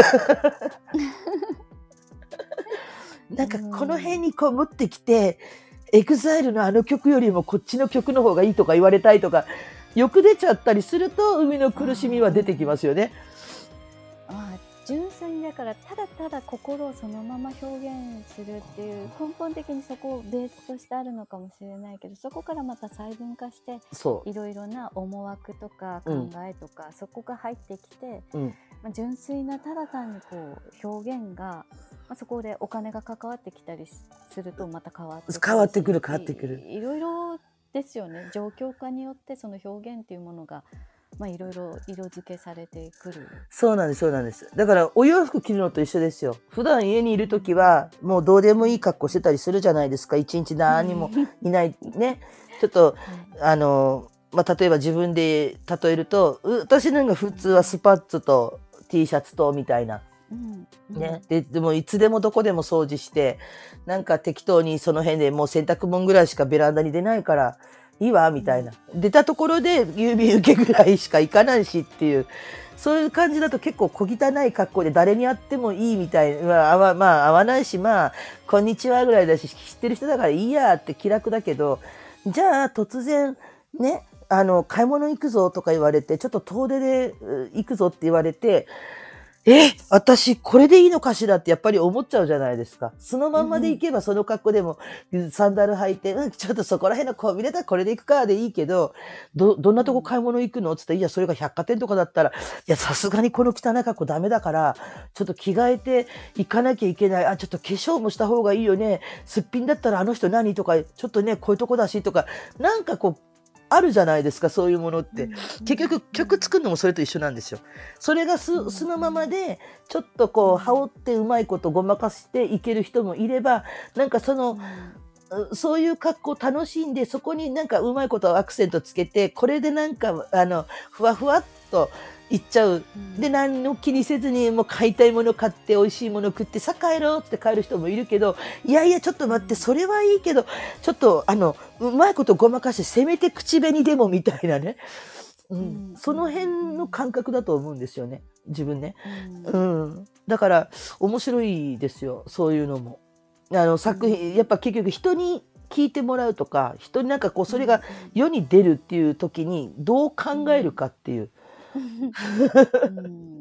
なんかこの辺にこう持ってきて、エグザイルのあの曲よりもこっちの曲の方がいいとか言われたいとか、欲出ちゃったりすると、生みの苦しみは出てきますよね。 純粋にだからただただ心をそのまま表現するっていう根本的にそこをベースとしてあるのかもしれないけど、そこからまた細分化していろいろな思惑とか考えとか、うん、そこが入ってきて、うん、まあ、純粋なただ単にこう表現が、まあ、そこでお金が関わってきたりするとまた変わってくる変わってくる変わってくるいろいろですよね。状況下によってその表現っていうものがまあいろいろ色付けされてくる。 そうなんです、そうなんです。だからお洋服着るのと一緒ですよ。普段家にいるときはもうどうでもいい格好してたりするじゃないですか。一日何もいないね。ちょっと、あの、まあ、例えば自分で例えると、私なんか普通はスパッツと T シャツとみたいな。うんうん、ね、で、でもいつでもどこでも掃除して、なんか適当にその辺でもう洗濯物ぐらいしかベランダに出ないから、いいわみたいな、うん、出たところで郵便受けぐらいしか行かないしっていう、そういう感じだと結構小汚い格好で誰に会ってもいいみたいな、まあ、あわまあ、会わないし、まあこんにちはぐらいだし、知ってる人だからいいやって気楽だけど、じゃあ突然ね、あの買い物行くぞとか言われて、ちょっと遠出で行くぞって言われて、え、私これでいいのかしらってやっぱり思っちゃうじゃないですか。そのまんまで行けばその格好でも、うん、サンダル履いて、うん、ちょっとそこら辺のコンビニだったらこれで行くかでいいけど、ど、どんなとこ買い物行くのって言ったら、いや、それが百貨店とかだったら、いや、さすがにこの汚い格好ダメだから、ちょっと着替えて行かなきゃいけない。あ、ちょっと化粧もした方がいいよね。すっぴんだったらあの人何とか、ちょっとね、こういうとこだしとか、なんかこう、あるじゃないですか、そういうものって。結局、曲作るのもそれと一緒なんですよ。それがす、そのままで、ちょっとこう、羽織ってうまいことごまかしていける人もいれば、なんかその、そういう格好楽しんで、そこになんかうまいことアクセントつけて、これでなんか、あの、ふわふわっといっちゃう。で、何も気にせずに、もう買いたいもの買って、美味しいもの食って、さあ帰ろうって帰る人もいるけど、いやいや、ちょっと待って、それはいいけど、ちょっと、あの、うまいことごまかして、せめて口紅でもみたいなね。うん、その辺の感覚だと思うんですよね、自分ね。うん。だから、面白いですよ、そういうのも。あの、作品、やっぱ結局人に聞いてもらうとか、人になんかこう、それが世に出るっていう時に、どう考えるかっていう。 うん、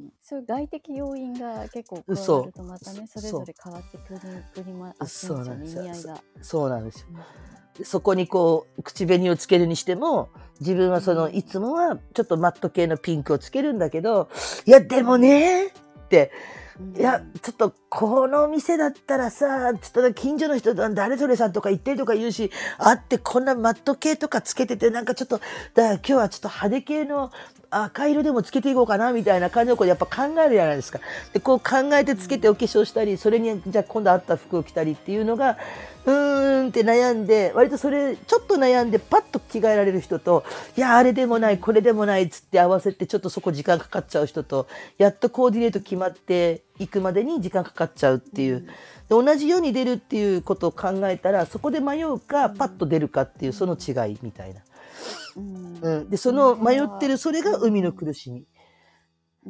そういう外的要因が結構加わるとまたね、それぞれ変わってくるくりもあってますよね、意味合いが。 そうなんですよ。うん、そこにこう口紅をつけるにしても、自分はその、うん、いつもはちょっとマット系のピンクをつけるんだけど、いやでもねって。いや、ちょっと、この店だったらさ、ちょっと近所の人、誰それさんとか言ってるとか言うし、あってこんなマット系とかつけてて、なんかちょっと、だから今日はちょっと派手系の赤色でもつけていこうかな、みたいな感じのことやっぱ考えるじゃないですか。で、こう考えてつけてお化粧したり、それに、じゃあ今度あった服を着たりっていうのが、うーんって悩んで、割とそれ、ちょっと悩んでパッと着替えられる人と、いや、あれでもない、これでもないっつって合わせて、ちょっとそこ時間かかっちゃう人と、やっとコーディネート決まっていくまでに時間かかっちゃうっていう。で、同じように出るっていうことを考えたら、そこで迷うか、パッと出るかっていう、その違いみたいな。うん、で、その迷ってる、それが生みの苦しみ。 うん、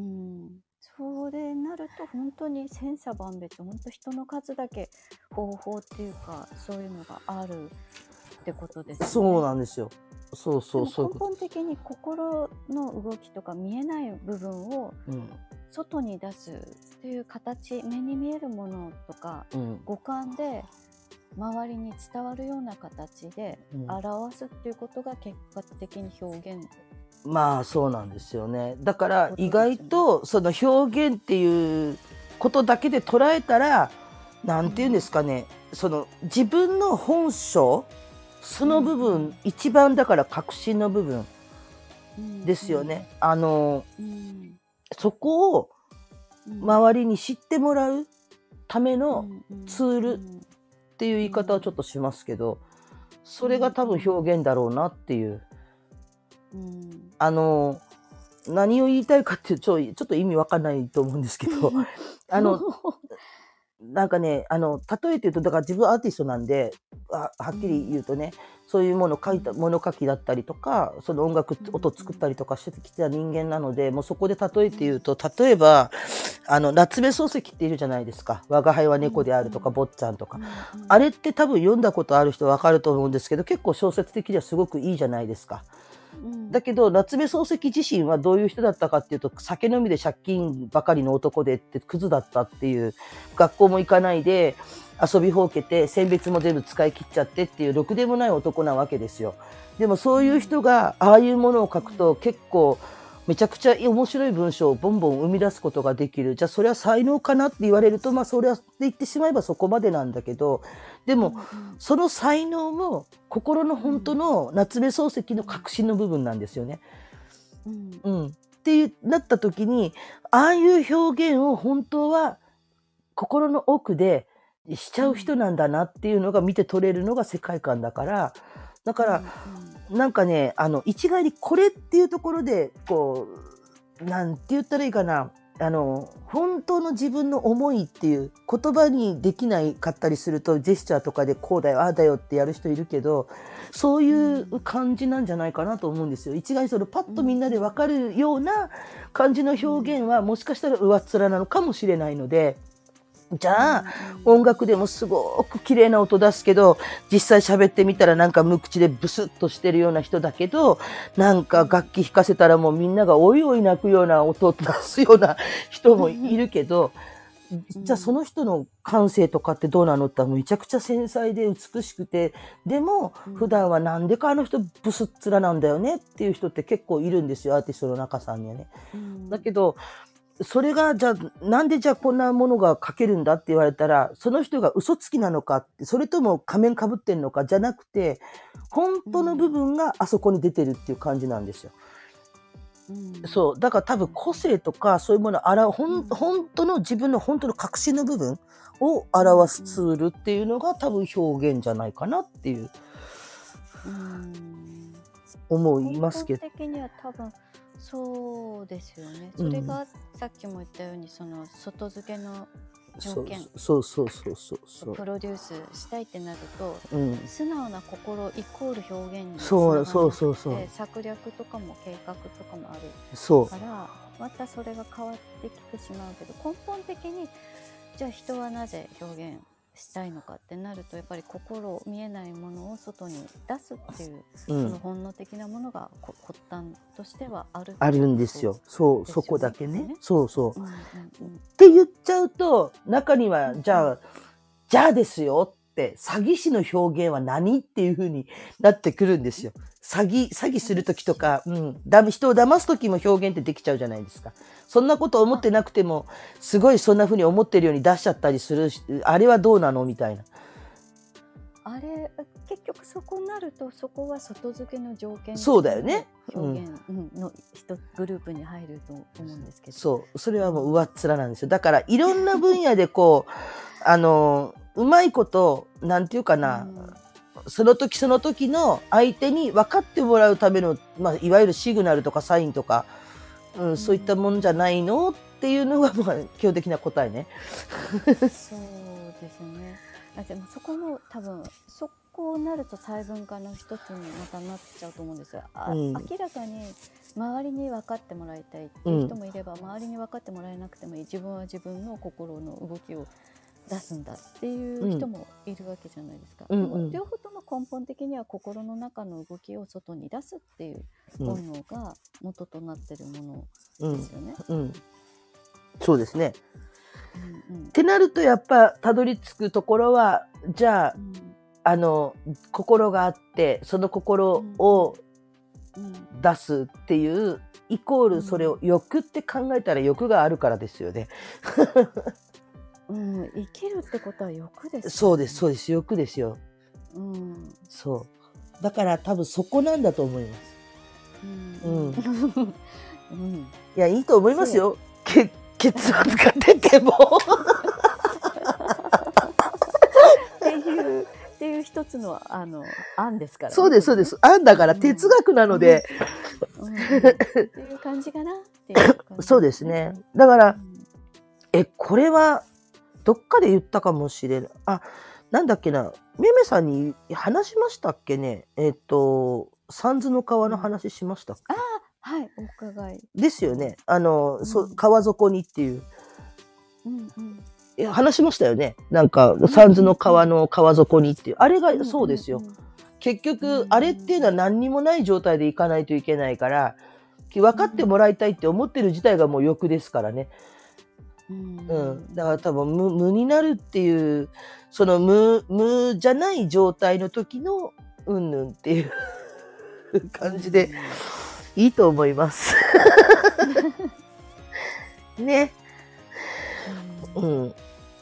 それになると本当に千差万別、本当人の数だけ方法っていうかそういうのがあるってことですね。 そうなんですよ。そうそうそう。 根本的に心の動きとか見えない部分を外に出すっていう形、目に見えるものとか、うん、五感で周りに伝わるような形で表すっていうことが結果的に表現、 うん、まあそうなんですよね。だから意外とその表現っていうことだけで捉えたら、なんていうんですかね、うん、その自分の本性、 その部分、一番だから核心の部分ですよね。あの、そこを周りに知ってもらうためのツールっていう言い方はちょっとしますけど、それが多分表現だろうなっていう。あの、何を言いたいかっていうと、ちょっと意味わかんないと思うんですけど、あの、なんかね、あの、例えて言うと、だから自分アーティストなんで、ははっきり言うとね、そういうもの書いた、物書きだったりとか、その音楽、音作ったりとかしてきた人間なので、もうそこで例えて言うと、例えば、あの、夏目漱石っているじゃないですか。我が輩は猫であるとか、坊ちゃんとか。あれって多分読んだことある人わかると思うんですけど、結構小説的にはすごくいいじゃないですか。だけど夏目漱石自身はどういう人だったかっていうと、酒飲みで借金ばかりの男でってクズだったっていう、学校も行かないで遊びほうけて選別も全部使い切っちゃってっていうろくでもない男なわけですよ。でもそういう人がああいうものを書くと結構めちゃくちゃ面白い文章をボンボン生み出すことができる。じゃあそれは才能かなって言われると、まあそれはって言ってしまえばそこまでなんだけど、でもその才能も心の本当の夏目漱石の核心の部分なんですよね。うんうん、ってなった時に、ああいう表現を本当は心の奥でしちゃう人なんだなっていうのが見て取れるのが世界観だから、だから、うん、なんかね、あの一概にこれっていうところでこうなんて言ったらいいかな、あの本当の自分の思いっていう言葉にできないかったりすると、ジェスチャーとかでこうだよああだよってやる人いるけど、そういう感じなんじゃないかなと思うんですよ。一概にそのパッとみんなで分かるような感じの表現はもしかしたら上っ面なのかもしれないので。じゃあ、音楽でもすごく綺麗な音出すけど、実際喋ってみたらなんか無口でブスッとしてるような人だけど、なんか楽器弾かせたらもうみんながおいおい泣くような音を出すような人もいるけど、じゃあその人の感性とかってどうなのってめちゃくちゃ繊細で美しくて、でも普段はなんでかあの人ブスッツラなんだよねっていう人って結構いるんですよ、アーティストの中さんにはね。だけど、それが、じゃあ、なんでじゃあこんなものが書けるんだって言われたら、その人が嘘つきなのかって、それとも仮面かぶってんのかじゃなくて、本当の部分があそこに出てるっていう感じなんですよ。うん、そう。だから多分個性とかそういうものを表、ほん、本当の自分の本当の核心の部分を表すツールっていうのが多分表現じゃないかなっていう、うん、思いますけど。 根本的には多分そうですよね。それがさっきも言ったように、その外付けの条件、 そうそうそうそうそう、 プロデュースしたいってなると、うん、素直な心イコール表現につながらなくて、 策略とかも計画とかもあるそうからまたそれが変わってきてしまうけど、根本的にじゃあ人はなぜ表現したいのかってなると、やっぱり心見えないものを外に出すっていう、うん、その本能的なものが発端としてはあるあるんですよ。そう、そこだけね。そうそう。うんうんうん、って言っちゃうと、中には、じゃあ、うん、じゃあですよって、詐欺師の表現は何っていう風になってくるんですよ。詐欺、詐欺するときとか、うん、人を騙すときも表現ってできちゃうじゃないですか。そんなこと思ってなくても、すごいそんな風に思ってるように出しちゃったりするし、あれはどうなのみたいな。 あれ、結局そこになると、そこは外付けの条件そうだよね。 表現の一グループに入ると思うんですけど。 そう、それはもう上っ面なんですよ。だからいろんな分野でこう、あの、うまいこと、なんていうかな、うんその時その時の相手に分かってもらうための、まあ、いわゆるシグナルとかサインとか、うん、そういったもんじゃないのっていうのが、まあ、基本的な答えね。 そうですね。あでもそこも多分そこになると細分化の一つにまたなっちゃうと思うんですよ。あ、うん、明らかに周りに分かってもらいたいっていう人もいれば、うん、周りに分かってもらえなくてもいい、自分は自分の心の動きを出すんだっていう人もいるわけじゃないですか。うんうん、両方とも根本的には心の中の動きを外に出すっていう本能が元となっているものですよね。 うんうん、そうですね。うんうん、ってなるとやっぱたどり着くところは、じゃあ、うん、あの心があってその心を出すっていう、うん、イコールそれを欲って考えたら欲があるからですよね。 うん、生きるってことは欲です、ね。 そうです、そうです、欲ですよ。 うん、 そだから多分そこなんだと思います。 うん。 うん。 うん。 いや、いいと思いますよ。け、ケツを使ってても。 っていう、っていう一つの、あの、案ですからね。 そうです、そうです。案だから哲学なので。 うん。うんうん、っていう感じかなっていう感じ、ね。 そうですね。だから、 うん、 え、これは、どっかで言ったかもしれない。あ、なんだっけな。めめさんに話しましたっけね。えっと、三途の川の話しましたっけ、 うん、ああ、はい、お伺い。 ですよね。あの、 うん、 そ川底にっていう。 うんうん、 いや話しましたよね。なんか、三途の川の川底にっていう。あれがそうですよ。結局、あれっていうのは何にもない状態で行かないといけないから、分かってもらいたいって思ってる自体がもう欲ですからね。うん。だから多分無、無になるっていう、その無、無じゃない状態の時の、うんぬんっていう感じで、いいと思います。ね。うん。多分、うん、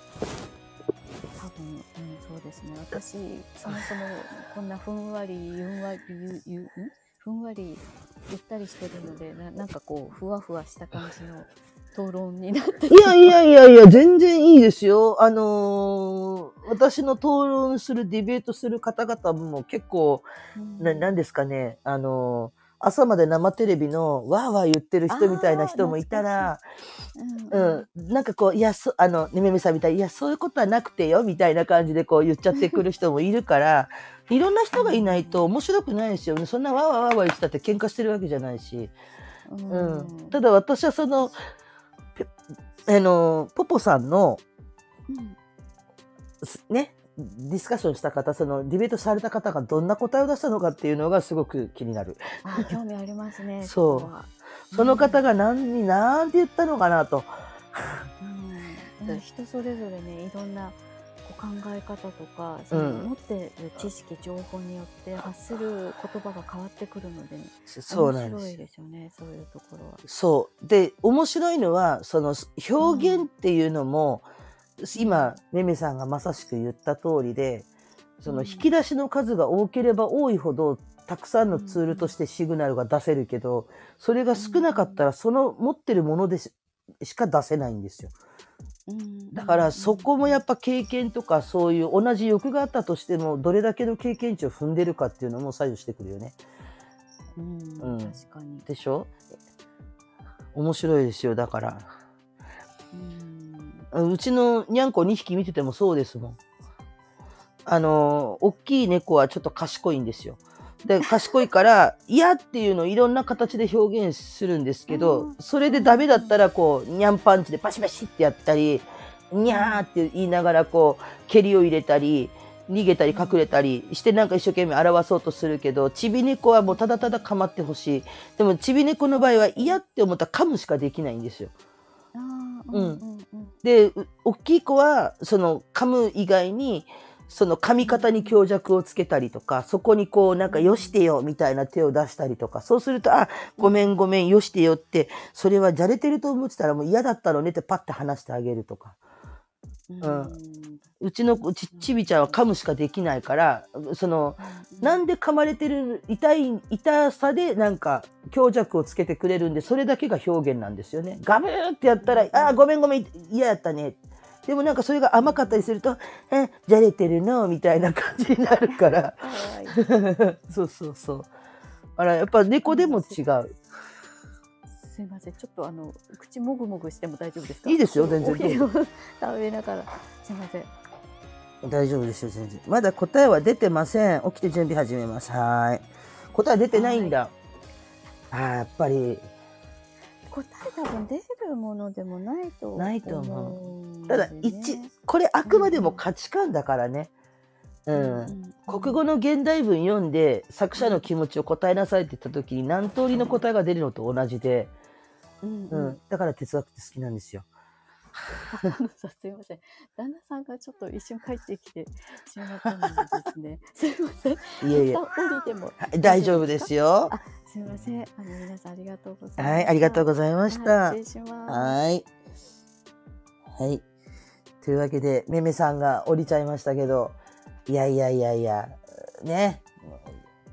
そうですね。私、そもそもこんなふんわり、ゆんわり、ゆ、ゆ、んふんわり、ゆったりしてるので、な、なんかこう、ふわふわした感じの討論になって。 いやいやいやいや、全然いいですよ。あのー、私の討論する、ディベートする方々も結構、な、なんですかね、あのー、朝まで生テレビのわーわー言ってる人みたいな人もいたら、うん、うん、なんかこう、いや、そ、あの、ねめめさんみたいに、いや、そういうことはなくてよ、みたいな感じでこう言っちゃってくる人もいるから、いろんな人がいないと面白くないですよね。そんなわーわーわーわー言ってたって喧嘩してるわけじゃないし。うん。ただ私はその、あの、ポポさんの、うん、ね、ディスカッションした方、そのディベートされた方がどんな答えを出したのかっていうのがすごく気になる。 あ、興味ありますね。 そう。その方が何に、なんて言ったのかなと。 うん、人それぞれね、いろんな考え方とか、その持ってる知識、情報によって発する言葉が変わってくるので、ね、そうなんです。面白いですよね、そういうところは。そう。 で、面白いのは、その表現っていうのも、うん、今、めめさんがまさしく言った通りで、その引き出しの数が多ければ多いほど、たくさんのツールとしてシグナルが出せるけど、それが少なかったら、その持ってるもので し, しか出せないんですよ。だからそこもやっぱ経験とかそういう同じ欲があったとしてもどれだけの経験値を踏んでるかっていうのも左右してくるよね。 うん、うん、確かに。 でしょ？面白いですよ、だから。うん、うちのにゃんこにひき見ててもそうですもん。あの、大きい猫はちょっと賢いんですよ。で、賢いから、嫌っていうのをいろんな形で表現するんですけど、それでダメだったら、こう、にゃんパンチでパシパシってやったり、にゃーって言いながら、こう、蹴りを入れたり、逃げたり隠れたりして、なんか一生懸命表そうとするけど、ちび猫はもうただただ構ってほしい。でも、ちび猫の場合は嫌って思ったら噛むしかできないんですよ。うん。で、大きい子は、その、噛む以外に、その噛み方に強弱をつけたりとか、そこにこうなんかよしてよみたいな手を出したりとか、そうすると、あ、ごめんごめんよしてよって、それはじゃれてると思ってたらもう嫌だったのねってパッて話してあげるとか。うん、うちのちちびちゃんは噛むしかできないから、その、なんで噛まれてる痛い、痛さでなんか強弱をつけてくれるんで、それだけが表現なんですよね。ガブーってやったら、あ、ごめんごめん、嫌やったね。でもなんかそれが甘かったりすると、え、じゃれてるのみたいな感じになるから。そうそうそう。あら、やっぱ猫でも違う。 すいません、ちょっとあの口もぐもぐしても大丈夫ですか？ いいですよ、全然。 お昼を食べながら、すいません。 大丈夫ですよ、全然。まだ答えは出てません。起きて準備始めます。はい。答え出てないんだ。ああ、やっぱり。 答え多分出るものでもないと思う。 ないと思う。ただ、一、これあくまでも価値観だからね。うん。うんうん、国語の現代文読んで作者の気持ちを答えなさいって言った時に何通りの答えが出るのと同じで、うんうん、だから哲学って好きなんですよ。 すいません。旦那さんがちょっと一瞬帰ってきてしまったのでですね。すいません。いえいえ。降りても大丈夫ですよ。 あ、すいません。あの皆さんありがとうございました。 はい、ありがとうございました。 失礼します。 はい。はい。というわけで、めめさんが降りちゃいましたけど、いやいやいやいや、ね。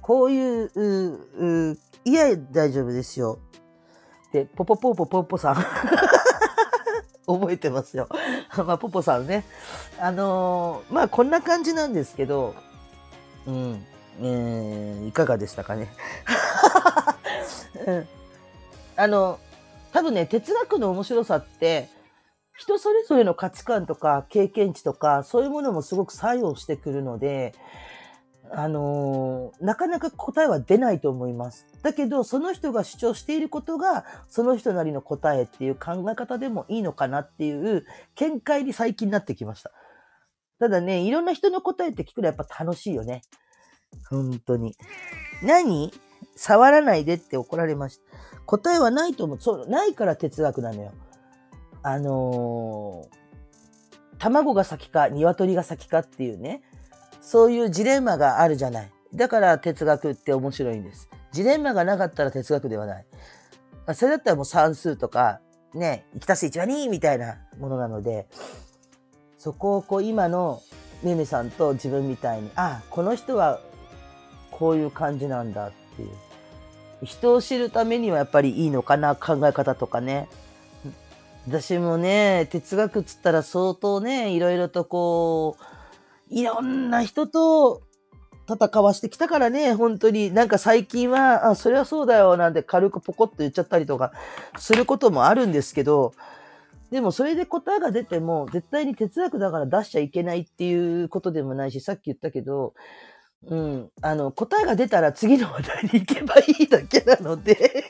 こういう、う、う、いや、大丈夫ですよ。で、ポポポポポポさん。覚えてますよ。まあ、ポポさんね。あのー、まあ、こんな感じなんですけど、うん。えー、いかがでしたかね。うん、あの、多分ね、哲学の面白さって、人それぞれの価値観とか経験値とか、そういうものもすごく作用してくるので、あのー、なかなか答えは出ないと思います。だけど、その人が主張していることが、その人なりの答えっていう考え方でもいいのかなっていう見解に最近なってきました。ただね、いろんな人の答えって聞くのはやっぱ楽しいよね。本当に。何？触らないでって怒られました。答えはないと思う。そう、ないから哲学なのよ。あのー、卵が先か鶏が先かっていうね。そういうジレンマがあるじゃない。だから哲学って面白いんです。ジレンマがなかったら哲学ではない。それだったらもう算数とか、ね、いちたすいちはにみたいなものなので、そこをこう今のめめさんと自分みたいに、あ、この人はこういう感じなんだっていう。人を知るためにはやっぱりいいのかな、考え方とかね。私もね、哲学っつったら相当ね、いろいろとこう、いろんな人と戦わしてきたからね、本当に。なんか最近は、あ、それはそうだよ、なんて軽くポコッと言っちゃったりとかすることもあるんですけど、でもそれで答えが出ても、絶対に哲学だから出しちゃいけないっていうことでもないし、さっき言ったけど、うん、あの、答えが出たら次の話題に行けばいいだけなので、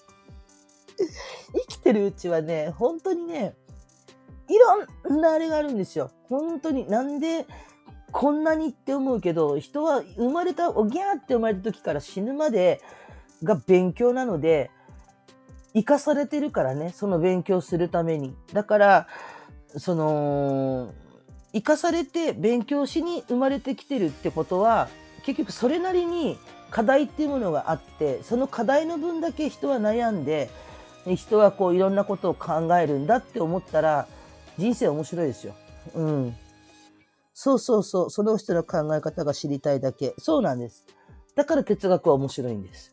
生きてるうちはね、本当にね、いろんなあれがあるんですよ。本当に。なんで、こんなにって思うけど、人は生まれた、おぎゃーって生まれた時から死ぬまでが勉強なので、生かされてるからね、その勉強するために。だから、その、生かされて勉強しに生まれてきてるってことは、結局それなりに課題っていうものがあって、その課題の分だけ人は悩んで、人はこういろんなことを考えるんだって思ったら、人生面白いですよ。うん。そうそうそう。その人の考え方が知りたいだけ。そうなんです。だから哲学は面白いんです。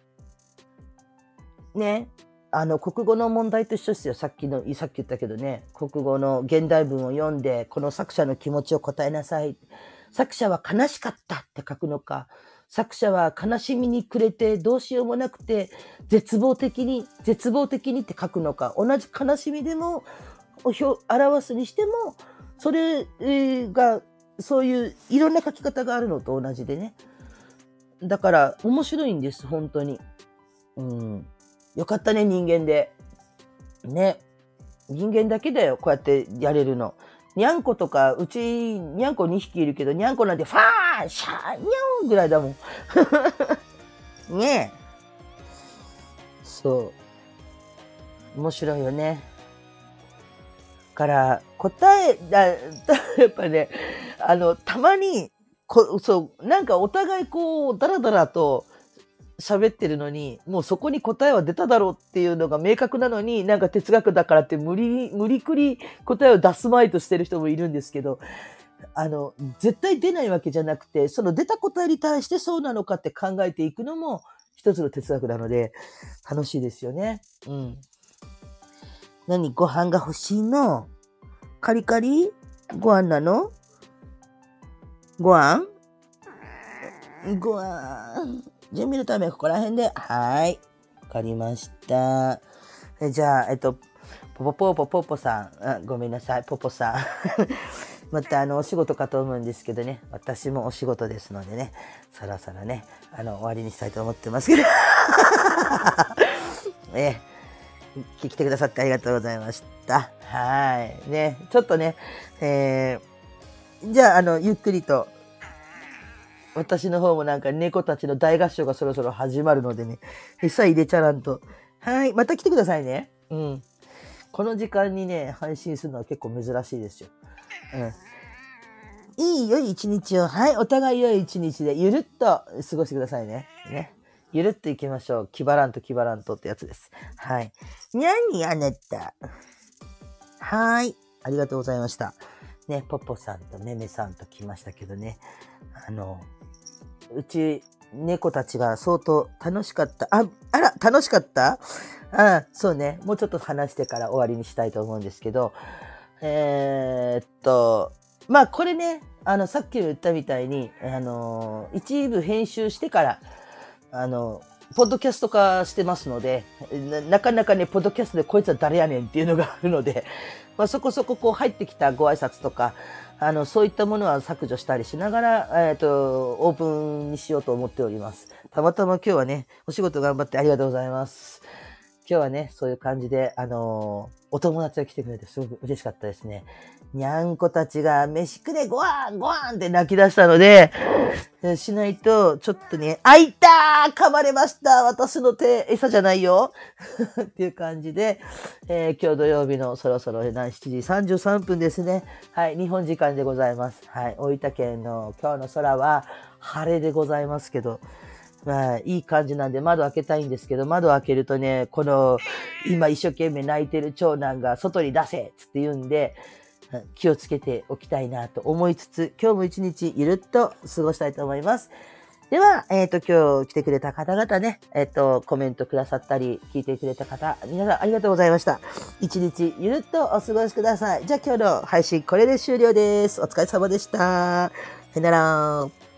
ね。あの、国語の問題と一緒ですよ。さっきの、さっき言ったけどね。国語の現代文を読んで、この作者の気持ちを答えなさい。作者は悲しかったって書くのか。作者は悲しみに暮れてどうしようもなくて、絶望的に、絶望的にって書くのか。同じ悲しみでも、表すにしても、それが、そういういろんな書き方があるのと同じでね。だから面白いんです、本当に。うん。よかったね、人間で。ね。人間だけだよ、こうやってやれるの。にゃんことか、うち、にゃんこにひきいるけど、にゃんこなんて、ファーシャーにゃんぐらいだもん。ねえ。そう。面白いよね。から、答え、だ、やっぱね、あの、たまに、こそう、なんかお互いこう、だらだらと喋ってるのに、もうそこに答えは出ただろうっていうのが明確なのに、なんか哲学だからって無理、無理くり答えを出すまいとしてる人もいるんですけど、あの、絶対出ないわけじゃなくて、その出た答えに対してそうなのかって考えていくのも一つの哲学なので、楽しいですよね。うん。何ご飯が欲しいの？カリカリご飯なの？ご飯ご飯。準備のためここら辺で。はい。わかりました。えじゃあ、えっと、ポポポポポポさん。あごめんなさい、ポポさん。またあの、お仕事かと思うんですけどね。私もお仕事ですのでね。そろそろね、あの、終わりにしたいと思ってますけど。え来てくださってありがとうございました。はい。ね、ちょっとね、えー、じゃあ、あの、ゆっくりと、私の方もなんか猫たちの大合唱がそろそろ始まるのでね、餌入れちゃらんと。はい。また来てくださいね。うん。この時間にね、配信するのは結構珍しいですよ。うん。いい良い一日を。はい。お互い良い一日でゆるっと過ごしてくださいね。ね。ゆるっと行きましょう。気張らんと気張らんとってやつです。はい。にゃんにあなた。はい。ありがとうございました。ね、ポッポさんとメメさんと来ましたけどね。あの、うち、 猫たちが相当楽しかった。あ、あら、楽しかった？あ、そうね。もうちょっと話してから終わりにしたいと思うんですけど、えー、っと、まあこれね、あの、さっきも言ったみたいに、あの、一部編集してから、あの、ポッドキャスト化してますので、な、なかなかね、ポッドキャストでこいつは誰やねんっていうのがあるので、まあそこそここう入ってきたご挨拶とか、あの、そういったものは削除したりしながら、えっと、オープンにしようと思っております。たまたま今日はね、お仕事頑張ってありがとうございます。今日はね、そういう感じで、あのー、お友達が来てくれてすごく嬉しかったですね。にゃんこたちが飯くれごわんごわんって泣き出したので、しないと、ちょっとね、あいたー噛まれました私の手、餌じゃないよっていう感じで、えー、今日土曜日のそろそろしちじさんじゅうさんぷんですね。はい、日本時間でございます。はい、大分県の今日の空は晴れでございますけど、まあ、いい感じなんで窓開けたいんですけど、窓開けるとね、この、今一生懸命泣いてる長男が外に出せつって言うんで、気をつけておきたいなと思いつつ、今日も一日ゆるっと過ごしたいと思います。では、えっと、今日来てくれた方々ね、えっと、コメントくださったり、聞いてくれた方、皆さんありがとうございました。一日ゆるっとお過ごしください。じゃあ今日の配信これで終了です。お疲れ様でした。さよなら。